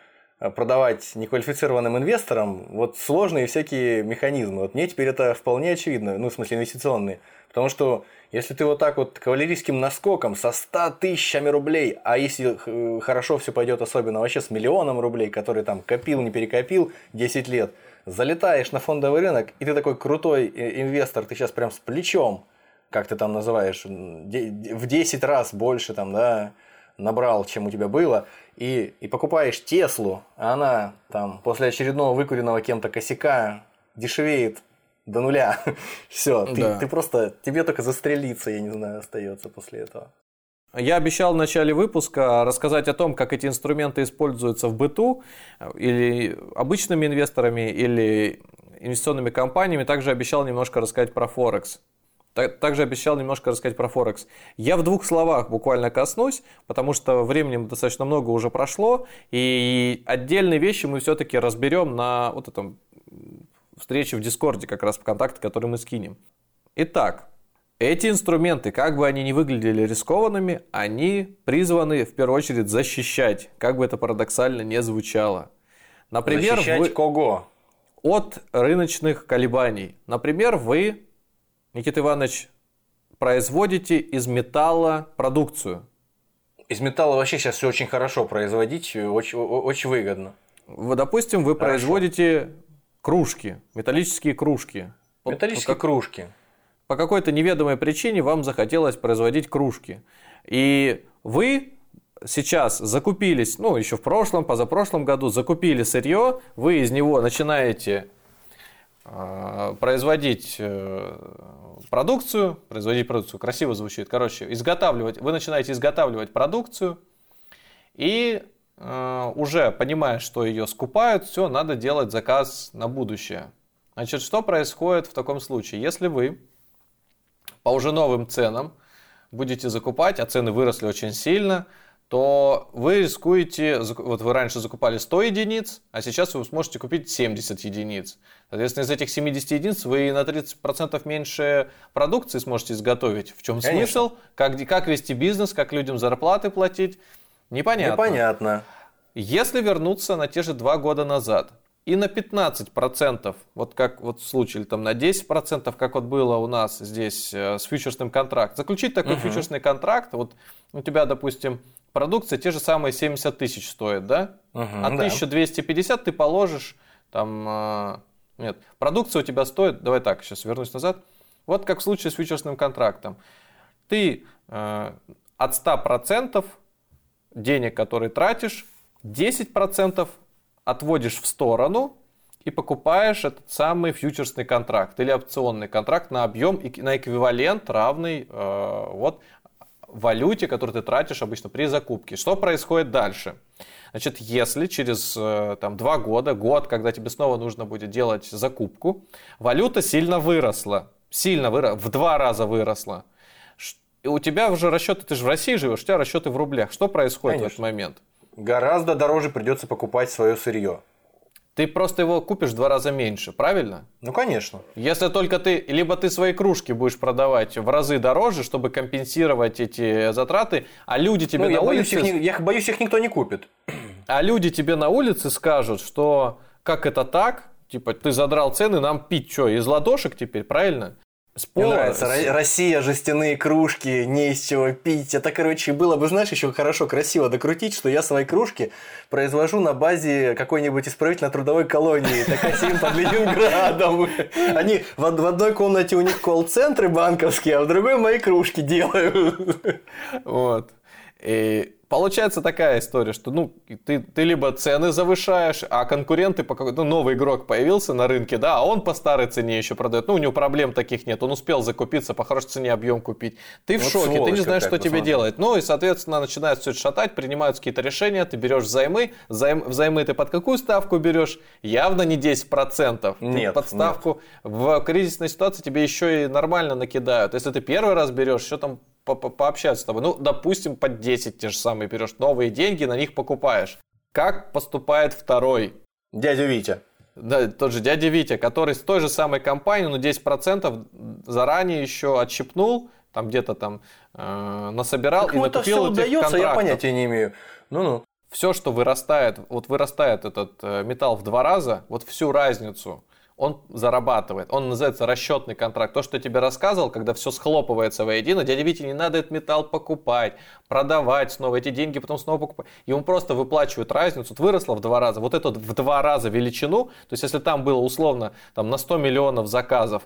продавать неквалифицированным инвесторам вот сложные всякие механизмы. Вот мне теперь это вполне очевидно, ну, в смысле инвестиционные. Потому что если ты вот так вот кавалерийским наскоком со ста тысячами рублей, а если хорошо все пойдет, особенно вообще с миллионом рублей, который там копил, не перекопил десять лет, залетаешь на фондовый рынок, и ты такой крутой инвестор, ты сейчас прям с плечом, как ты там называешь, в десять раз больше там, да, набрал, чем у тебя было, и, и покупаешь Теслу, а она там после очередного выкуренного кем-то косяка дешевеет до нуля. Все, ты, Да. ты просто, тебе только застрелиться, я не знаю, остается после этого. Я обещал в начале выпуска рассказать о том, как эти инструменты используются в быту, или обычными инвесторами, или инвестиционными компаниями. Также обещал немножко рассказать про Форекс. Также обещал немножко рассказать про Форекс. Я в двух словах буквально коснусь, потому что времени достаточно много уже прошло, и отдельные вещи мы все-таки разберем на вот этом встрече в Дискорде, как раз ВКонтакте, который мы скинем. Итак, эти инструменты, как бы они ни выглядели рискованными, они призваны в первую очередь защищать, как бы это парадоксально не звучало. Например, защищать вы... кого? От рыночных колебаний. Например, вы, Никита Иванович, производите из металла продукцию. Из металла вообще сейчас все очень хорошо производить, очень, очень выгодно. Вы, допустим, вы Хорошо. производите кружки, металлические кружки. Вот Металлические как- кружки. По какой-то неведомой причине вам захотелось производить кружки. И вы сейчас закупились, ну, еще в прошлом, позапрошлом году закупили сырье, вы из него начинаете э, производить э, продукцию, производить продукцию, красиво звучит, короче, изготавливать, вы начинаете изготавливать продукцию, и э, уже понимая, что ее скупают, все, надо делать заказ на будущее. Значит, что происходит в таком случае? Если вы по уже новым ценам будете закупать, а цены выросли очень сильно, то вы рискуете, вот вы раньше закупали сто единиц, а сейчас вы сможете купить семьдесят единиц. Соответственно, из этих семидесяти единиц вы на тридцать процентов меньше продукции сможете изготовить. В чем Конечно. смысл? Как, как вести бизнес, как людям зарплаты платить? Непонятно. Непонятно. Если вернуться на те же два года назад, и на пятнадцать процентов, вот как вот в случае, или там на десять процентов, как вот было у нас здесь э, с фьючерсным контрактом, заключить такой Мгм. фьючерсный контракт, вот у тебя, допустим, продукция те же самые семьдесят тысяч стоит, да? Мгм, А да. тысяча двести пятьдесят ты положишь, там, э, нет, продукция у тебя стоит, давай так, сейчас вернусь назад, вот как в случае с фьючерсным контрактом. Ты э, от ста процентов денег, которые тратишь, десять процентов отводишь в сторону и покупаешь этот самый фьючерсный контракт или опционный контракт на объем, и на эквивалент равный э, вот, валюте, которую ты тратишь обычно при закупке. Что происходит дальше? Значит, если через э, там, два года, год, когда тебе снова нужно будет делать закупку, валюта сильно выросла, сильно выросла, в два раза выросла. Ш- И у тебя уже расчеты, ты же в России живешь, у тебя расчеты в рублях. Что происходит Конечно. в этот момент? Гораздо дороже придется покупать свое сырье. Ты просто его купишь в два раза меньше, правильно? Ну, конечно. Если только ты, либо ты свои кружки будешь продавать в разы дороже, чтобы компенсировать эти затраты, а люди тебе Ну, на я, боюсь, улице, их, не- я боюсь, их никто не купит. а люди тебе на улице скажут, что как это так, типа ты задрал цены, нам пить что, из ладошек теперь, правильно? С Мне пола- нравится. с- Ро- Россия, жестяные кружки, не из чего пить. Это, короче, было бы, знаешь, еще хорошо, красиво докрутить, что я свои кружки произвожу на базе какой-нибудь исправительно-трудовой колонии. Так сидим под Ленинградом. Они в од- в одной комнате у них колл-центры банковские, а в другой мои кружки делают. Вот. И получается такая история, что ну, ты, ты либо цены завышаешь, а конкуренты, по какой-то, ну, новый игрок появился на рынке, да, а он по старой цене еще продает. Ну, у него проблем таких нет, он успел закупиться, по хорошей цене объем купить. Ты в Вот шоке, ты сволочь не знаешь, какая, что тебе посмотри. делать. Ну, и, соответственно, начинает все это шатать, принимаются какие-то решения, ты берешь взаймы. Займ, взаймы ты под какую ставку берешь? Явно не десять процентов. Ты Нет, под ставку. В кризисной ситуации тебе еще и нормально накидают. Если ты первый раз берешь, еще там по- по- пообщаться с тобой. Ну, допустим, под десять те же самые берешь новые деньги, на них покупаешь. Как поступает второй? Дядя Витя. Да, тот же дядя Витя, который с той же самой компании, ну, десять процентов заранее еще отщипнул, там где-то там э, насобирал Как и ему это накупил все этих удается, я контрактов. понятия не имею. Ну-ну. все, что вырастает, вот вырастает этот металл в два раза, вот всю разницу он зарабатывает. Он называется расчетный контракт. То, что я тебе рассказывал, когда все схлопывается воедино, дяде Вите не надо этот металл покупать, продавать снова, эти деньги потом снова покупать. Ему просто выплачивают разницу. Вот выросла в два раза. Вот эту в два раза величину, то есть если там было условно там, на сто миллионов заказов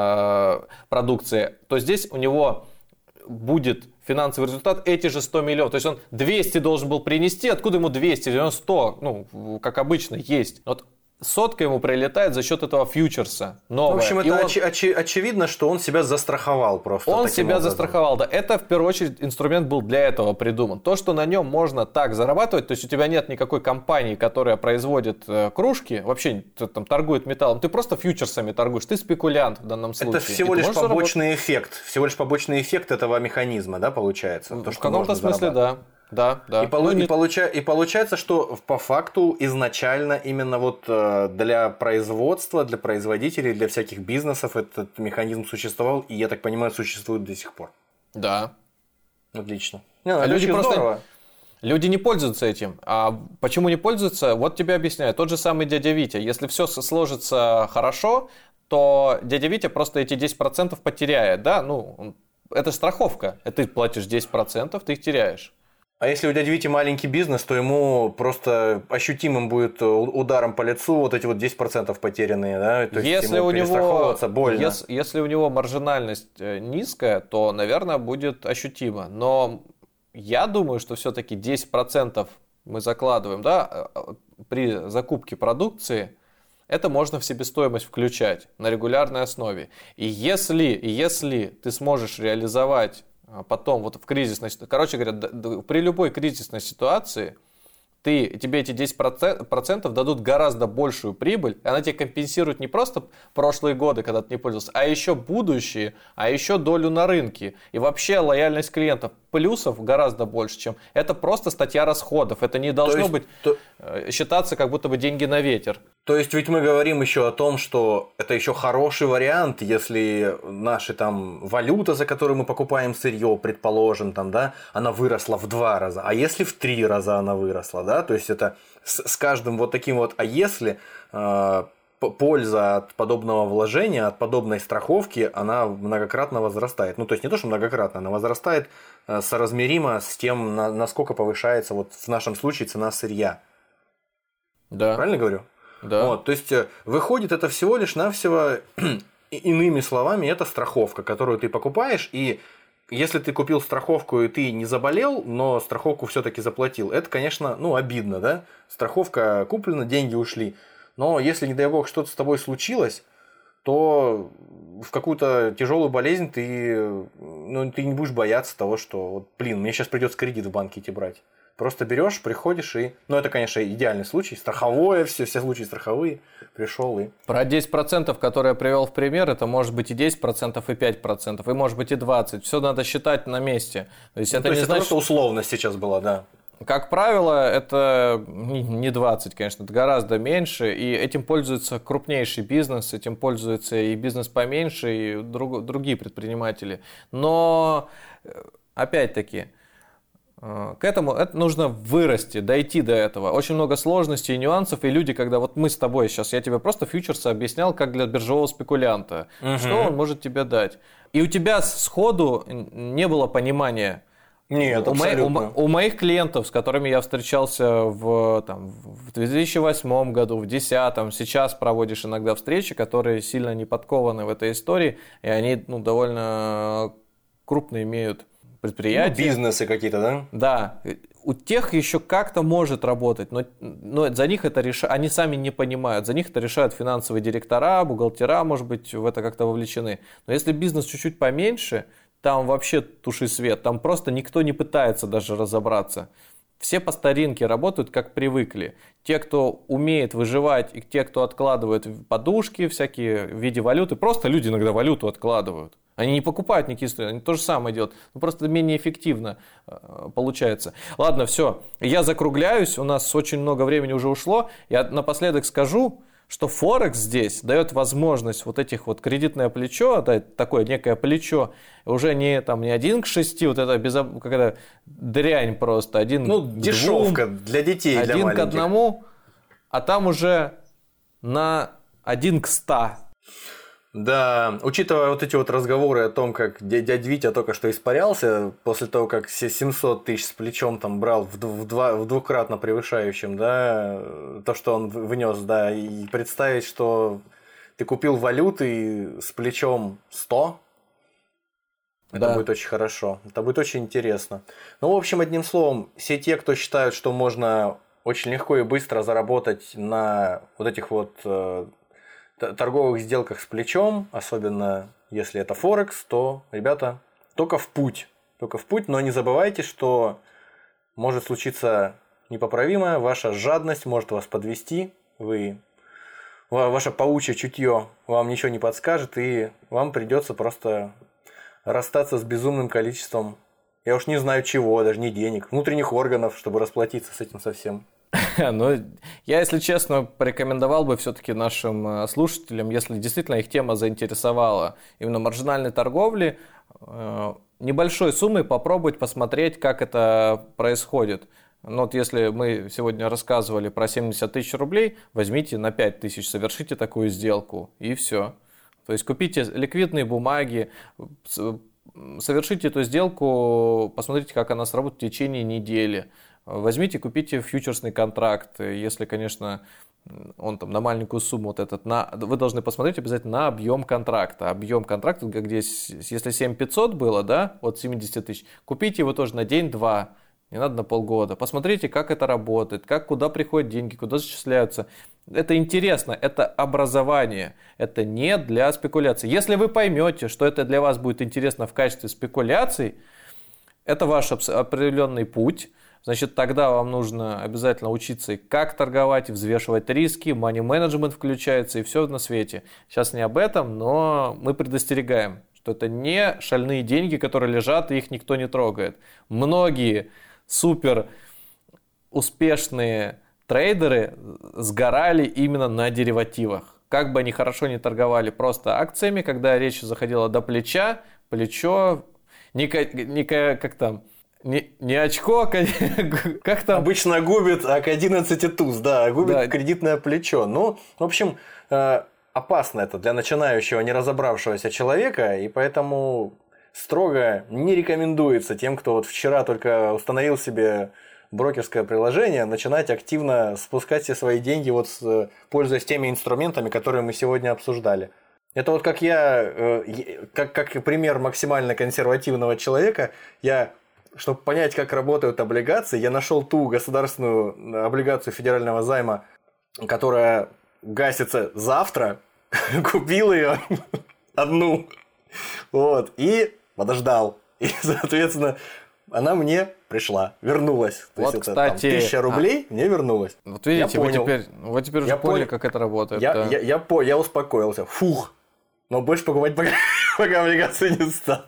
э, продукции, то здесь у него будет финансовый результат эти же сто миллионов. То есть он двести должен был принести, откуда ему двести? Он сто, ну, как обычно, есть. Вот сотка ему прилетает за счет этого фьючерса нового. В общем, это он... оч- оч- очевидно, что он себя застраховал просто. Он себя образом. застраховал, да. Это, в первую очередь, инструмент был для этого придуман. То, что на нем можно так зарабатывать, то есть у тебя нет никакой компании, которая производит э, кружки, вообще там торгует металлом, ты просто фьючерсами торгуешь, ты спекулянт в данном случае. Это всего лишь побочный эффект. Всего лишь побочный эффект этого механизма, да, получается? То, в что каком-то смысле, да. Да, да. И, полу- ну, и, не... получа- и получается, что по факту изначально именно вот э, для производства, для производителей, для всяких бизнесов этот механизм существовал, и, я так понимаю, существует до сих пор. Да. Отлично. Не, а люди просто... здорово. Люди не пользуются этим. А почему не пользуются? Вот тебе объясняю. Тот же самый дядя Витя. Если все сложится хорошо, то дядя Витя просто эти десять процентов потеряет. Да? Ну, это страховка. Ты платишь десять процентов, ты их теряешь. А если у дяди Вити маленький бизнес, то ему просто ощутимым будет ударом по лицу вот эти вот десять процентов потерянные, да? То есть если ему у него, больно. Если, если у него маржинальность низкая, то, наверное, будет ощутимо. Но я думаю, что все-таки десять процентов мы закладываем, да, при закупке продукции, это можно в себестоимость включать на регулярной основе. И если, если ты сможешь реализовать потом вот в кризисной ситуации, короче говоря, при любой кризисной ситуации ты, тебе эти десять процентов дадут гораздо большую прибыль, и она тебе компенсирует не просто прошлые годы, когда ты не пользовался, а еще будущие, а еще долю на рынке. И вообще лояльность клиентов. Плюсов гораздо больше, чем... Это просто статья расходов. Это не должно то есть, быть то... считаться, как будто бы деньги на ветер. То есть ведь мы говорим еще о том, что это еще хороший вариант, если наша там валюта, за которую мы покупаем сырье, предположим, там, да, она выросла в два раза, а если в три раза она выросла, да, то есть это с, с каждым вот таким вот, а если э, польза от подобного вложения, от подобной страховки, она многократно возрастает. Ну, то есть не то, что многократно, она возрастает э, соразмеримо с тем, на, насколько повышается вот в нашем случае цена сырья. Да. Правильно говорю? Да. Вот, то есть выходит это всего лишь навсего, иными словами, это страховка, которую ты покупаешь, и если ты купил страховку и ты не заболел, но страховку все-таки заплатил, это, конечно, ну, обидно, да? Страховка куплена, деньги ушли, но если, не дай бог, что-то с тобой случилось, то в какую-то тяжелую болезнь ты, ну, ты не будешь бояться того, что, вот, блин, мне сейчас придется кредит в банке идти брать. Просто берешь, приходишь и... Ну, это, конечно, идеальный случай. Страховое, все, все случаи страховые. Пришел и... Про десять процентов, которые я привел в пример, это может быть и десять процентов, и пять процентов, и может быть и двадцать процентов. Все надо считать на месте. То есть, ну, это то есть не это значит... просто условность сейчас была, да. Как правило, это не двадцать, конечно, это гораздо меньше. И этим пользуется крупнейший бизнес, этим пользуется и бизнес поменьше, и друг, другие предприниматели. Но, опять-таки... К этому это нужно вырасти, дойти до этого. Очень много сложностей и нюансов, и люди, когда вот мы с тобой сейчас, я тебе просто фьючерсы объяснял, как для биржевого спекулянта, угу. Что он может тебе дать. И у тебя сходу не было понимания. Нет, у, абсолютно. Мои, у, у моих клиентов, с которыми я встречался в, там, в две тысячи восьмом году, в две тысячи десятом, сейчас проводишь иногда встречи, которые сильно не подкованы в этой истории, и они ну, довольно крупно имеют предприятия. Ну, бизнесы какие-то, да? Да. У тех еще как-то может работать, но, но за них это решают, они сами не понимают, за них это решают финансовые директора, бухгалтера, может быть, в это как-то вовлечены. Но если бизнес чуть-чуть поменьше, там вообще туши свет, там просто никто не пытается даже разобраться. Все по старинке работают, как привыкли. Те, кто умеет выживать, и те, кто откладывают подушки всякие в виде валюты, просто люди иногда валюту откладывают. Они не покупают никакие истории, они то же самое делают. Но просто менее эффективно получается. Ладно, все. Я закругляюсь. У нас очень много времени уже ушло. Я напоследок скажу, что Форекс здесь дает возможность вот этих вот кредитное плечо, да, такое некое плечо, уже не, там, не один к шести, вот это безо... какая-то дрянь просто, один ну, к дешевка двум, для детей, один для маленьких. к одному, а там уже на один к ста. Да, учитывая вот эти вот разговоры о том, как дядя Витя только что испарялся, после того, как семьсот тысяч с плечом там брал в, в, два, в двукратно превышающем, да, то, что он внес, да, и представить, что ты купил валюты с плечом сто, это да. будет очень хорошо, это будет очень интересно. Ну, в общем, одним словом, все те, кто считают, что можно очень легко и быстро заработать на вот этих вот торговых сделках с плечом, особенно если это Форекс, то, ребята, только в путь. Только в путь, но не забывайте, что может случиться непоправимое, ваша жадность может вас подвести, вы, ваше паучье чутье вам ничего не подскажет, и вам придется просто расстаться с безумным количеством, я уж не знаю чего, даже не денег, внутренних органов, чтобы расплатиться с этим совсем. Ну, я, если честно, порекомендовал бы все-таки нашим слушателям, если действительно их тема заинтересовала именно маржинальной торговли, небольшой суммой попробовать посмотреть, как это происходит. Ну, вот если мы сегодня рассказывали про семьдесят тысяч рублей, возьмите на пять тысяч, совершите такую сделку, и все. То есть купите ликвидные бумаги, совершите эту сделку, посмотрите, как она сработает в течение недели. Возьмите, купите фьючерсный контракт, если, конечно, он там на маленькую сумму вот этот, на, вы должны посмотреть обязательно на объем контракта. Объем контракта, где, если семь тысяч пятьсот было, да, от семьдесят тысяч, купите его тоже на день-два, не надо на полгода. Посмотрите, как это работает, как, куда приходят деньги, куда зачисляются. Это интересно, это образование, это не для спекуляций. Если вы поймете, что это для вас будет интересно в качестве спекуляций, это ваш определенный путь. Значит, тогда вам нужно обязательно учиться, как торговать, взвешивать риски, money-менеджмент включается и все на свете. Сейчас не об этом, но мы предостерегаем, что это не шальные деньги, которые лежат и их никто не трогает. Многие супер успешные трейдеры сгорали именно на деривативах. Как бы они хорошо не торговали просто акциями, когда речь заходила до плеча, плечо, не, не как там... Не, не очко, как там? Обычно губит, а к одиннадцати туз, да, губит да. Кредитное плечо. Ну, в общем, э, опасно это для начинающего, не разобравшегося человека, и поэтому строго не рекомендуется тем, кто вот вчера только установил себе брокерское приложение, начинать активно спускать все свои деньги, вот с, пользуясь теми инструментами, которые мы сегодня обсуждали. Это вот как я, э, как, как пример максимально консервативного человека, я... Чтобы понять, как работают облигации, я нашел ту государственную облигацию федерального займа, которая гасится завтра, купил ее одну, вот, и подождал. И, соответственно, она мне пришла, вернулась. То вот, есть, кстати, это, там, тысяча рублей а... мне вернулась. Вот видите, я вы понял. теперь, вы теперь уже я поняли, понял. Как это работает. Я, да. я, я, я, я успокоился. Фух. Но больше покупать пока, пока облигации не стал.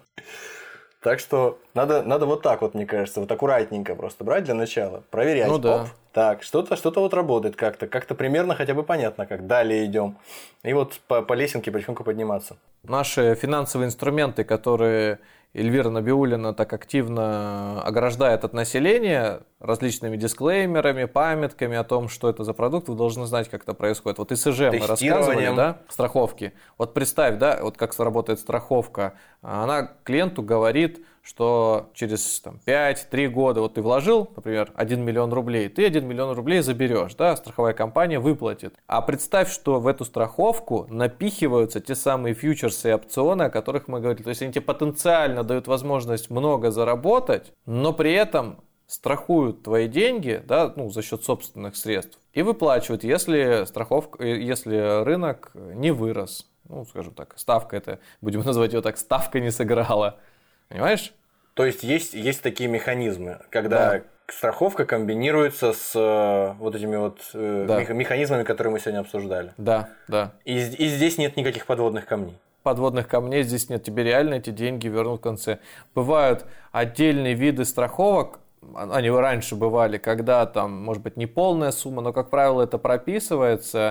Так что надо, надо вот так вот, мне кажется, вот аккуратненько просто брать для начала, проверять. Ну да. Оп, так, что-то, что-то вот работает как-то, как-то примерно хотя бы понятно, как далее идем. И вот по, по лесенке потихоньку подниматься. Наши финансовые инструменты, которые Эльвира Набиуллина так активно ограждает от населения различными дисклеймерами, памятками о том, что это за продукт, вы должны знать, как это происходит. Вот ИСЖ мы рассказывали, да, страховки. Вот представь, да, вот как работает страховка. Она клиенту говорит, что через там, пять-три года вот ты вложил, например, один миллион рублей, ты один миллион рублей заберешь, да, страховая компания выплатит. А представь, что в эту страховку напихиваются те самые фьючерсы и опционы, о которых мы говорили. То есть они тебе потенциально дают возможность много заработать, но при этом страхуют твои деньги, да, ну, за счет собственных средств и выплачивают, если страховка, если рынок не вырос. Ну, скажем так, ставка это, будем называть ее так, ставка не сыграла. Понимаешь? То есть, есть, есть такие механизмы, когда да. страховка комбинируется с э, вот этими вот э, да. механизмами, которые мы сегодня обсуждали. Да, да. И, и здесь нет никаких подводных камней. Подводных камней здесь нет. Тебе реально эти деньги вернут в конце. Бывают отдельные виды страховок, они раньше бывали, когда там, может быть, не полная сумма, но, как правило, это прописывается.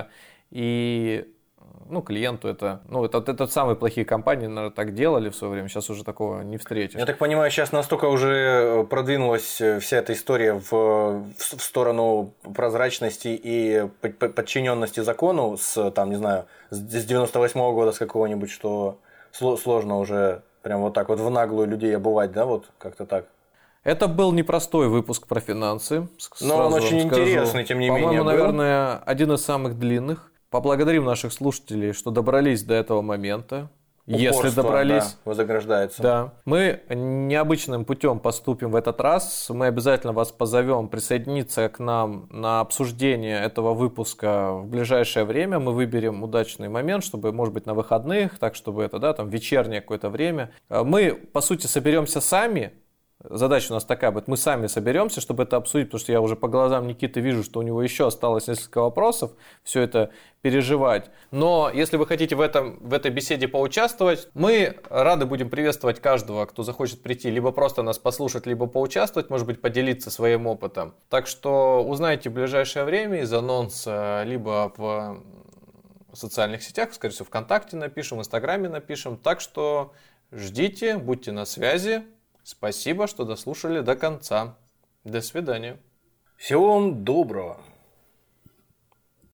И ну, клиенту это... Ну, это, это самые плохие компании, наверное, так делали в свое время. Сейчас уже такого не встретишь. Я так понимаю, сейчас настолько уже продвинулась вся эта история в, в сторону прозрачности и подчиненности закону с, там, не знаю, с девяносто восьмого года, с какого-нибудь, что сложно уже прям вот так вот в наглую людей обувать, да, вот как-то так. Это был непростой выпуск про финансы. Но он очень интересный, тем не менее. По-моему, наверное, один из самых длинных. Поблагодарим наших слушателей, что добрались до этого момента. Упорство, если добрались, да, вознаграждается. Да. Мы необычным путем поступим в этот раз. Мы обязательно вас позовем присоединиться к нам на обсуждение этого выпуска в ближайшее время. Мы выберем удачный момент, чтобы, может быть, на выходных, так чтобы это, да, там вечернее какое-то время. Мы, по сути, соберемся сами. Задача у нас такая будет, мы сами соберемся, чтобы это обсудить, потому что я уже по глазам Никиты вижу, что у него еще осталось несколько вопросов, все это переживать. Но если вы хотите в, этом, в этой беседе поучаствовать, мы рады будем приветствовать каждого, кто захочет прийти, либо просто нас послушать, либо поучаствовать, может быть, поделиться своим опытом. Так что узнайте в ближайшее время из анонса, либо в социальных сетях, скорее всего, ВКонтакте напишем, в Инстаграме напишем. Так что ждите, будьте на связи. Спасибо, что дослушали до конца. До свидания. Всего вам доброго.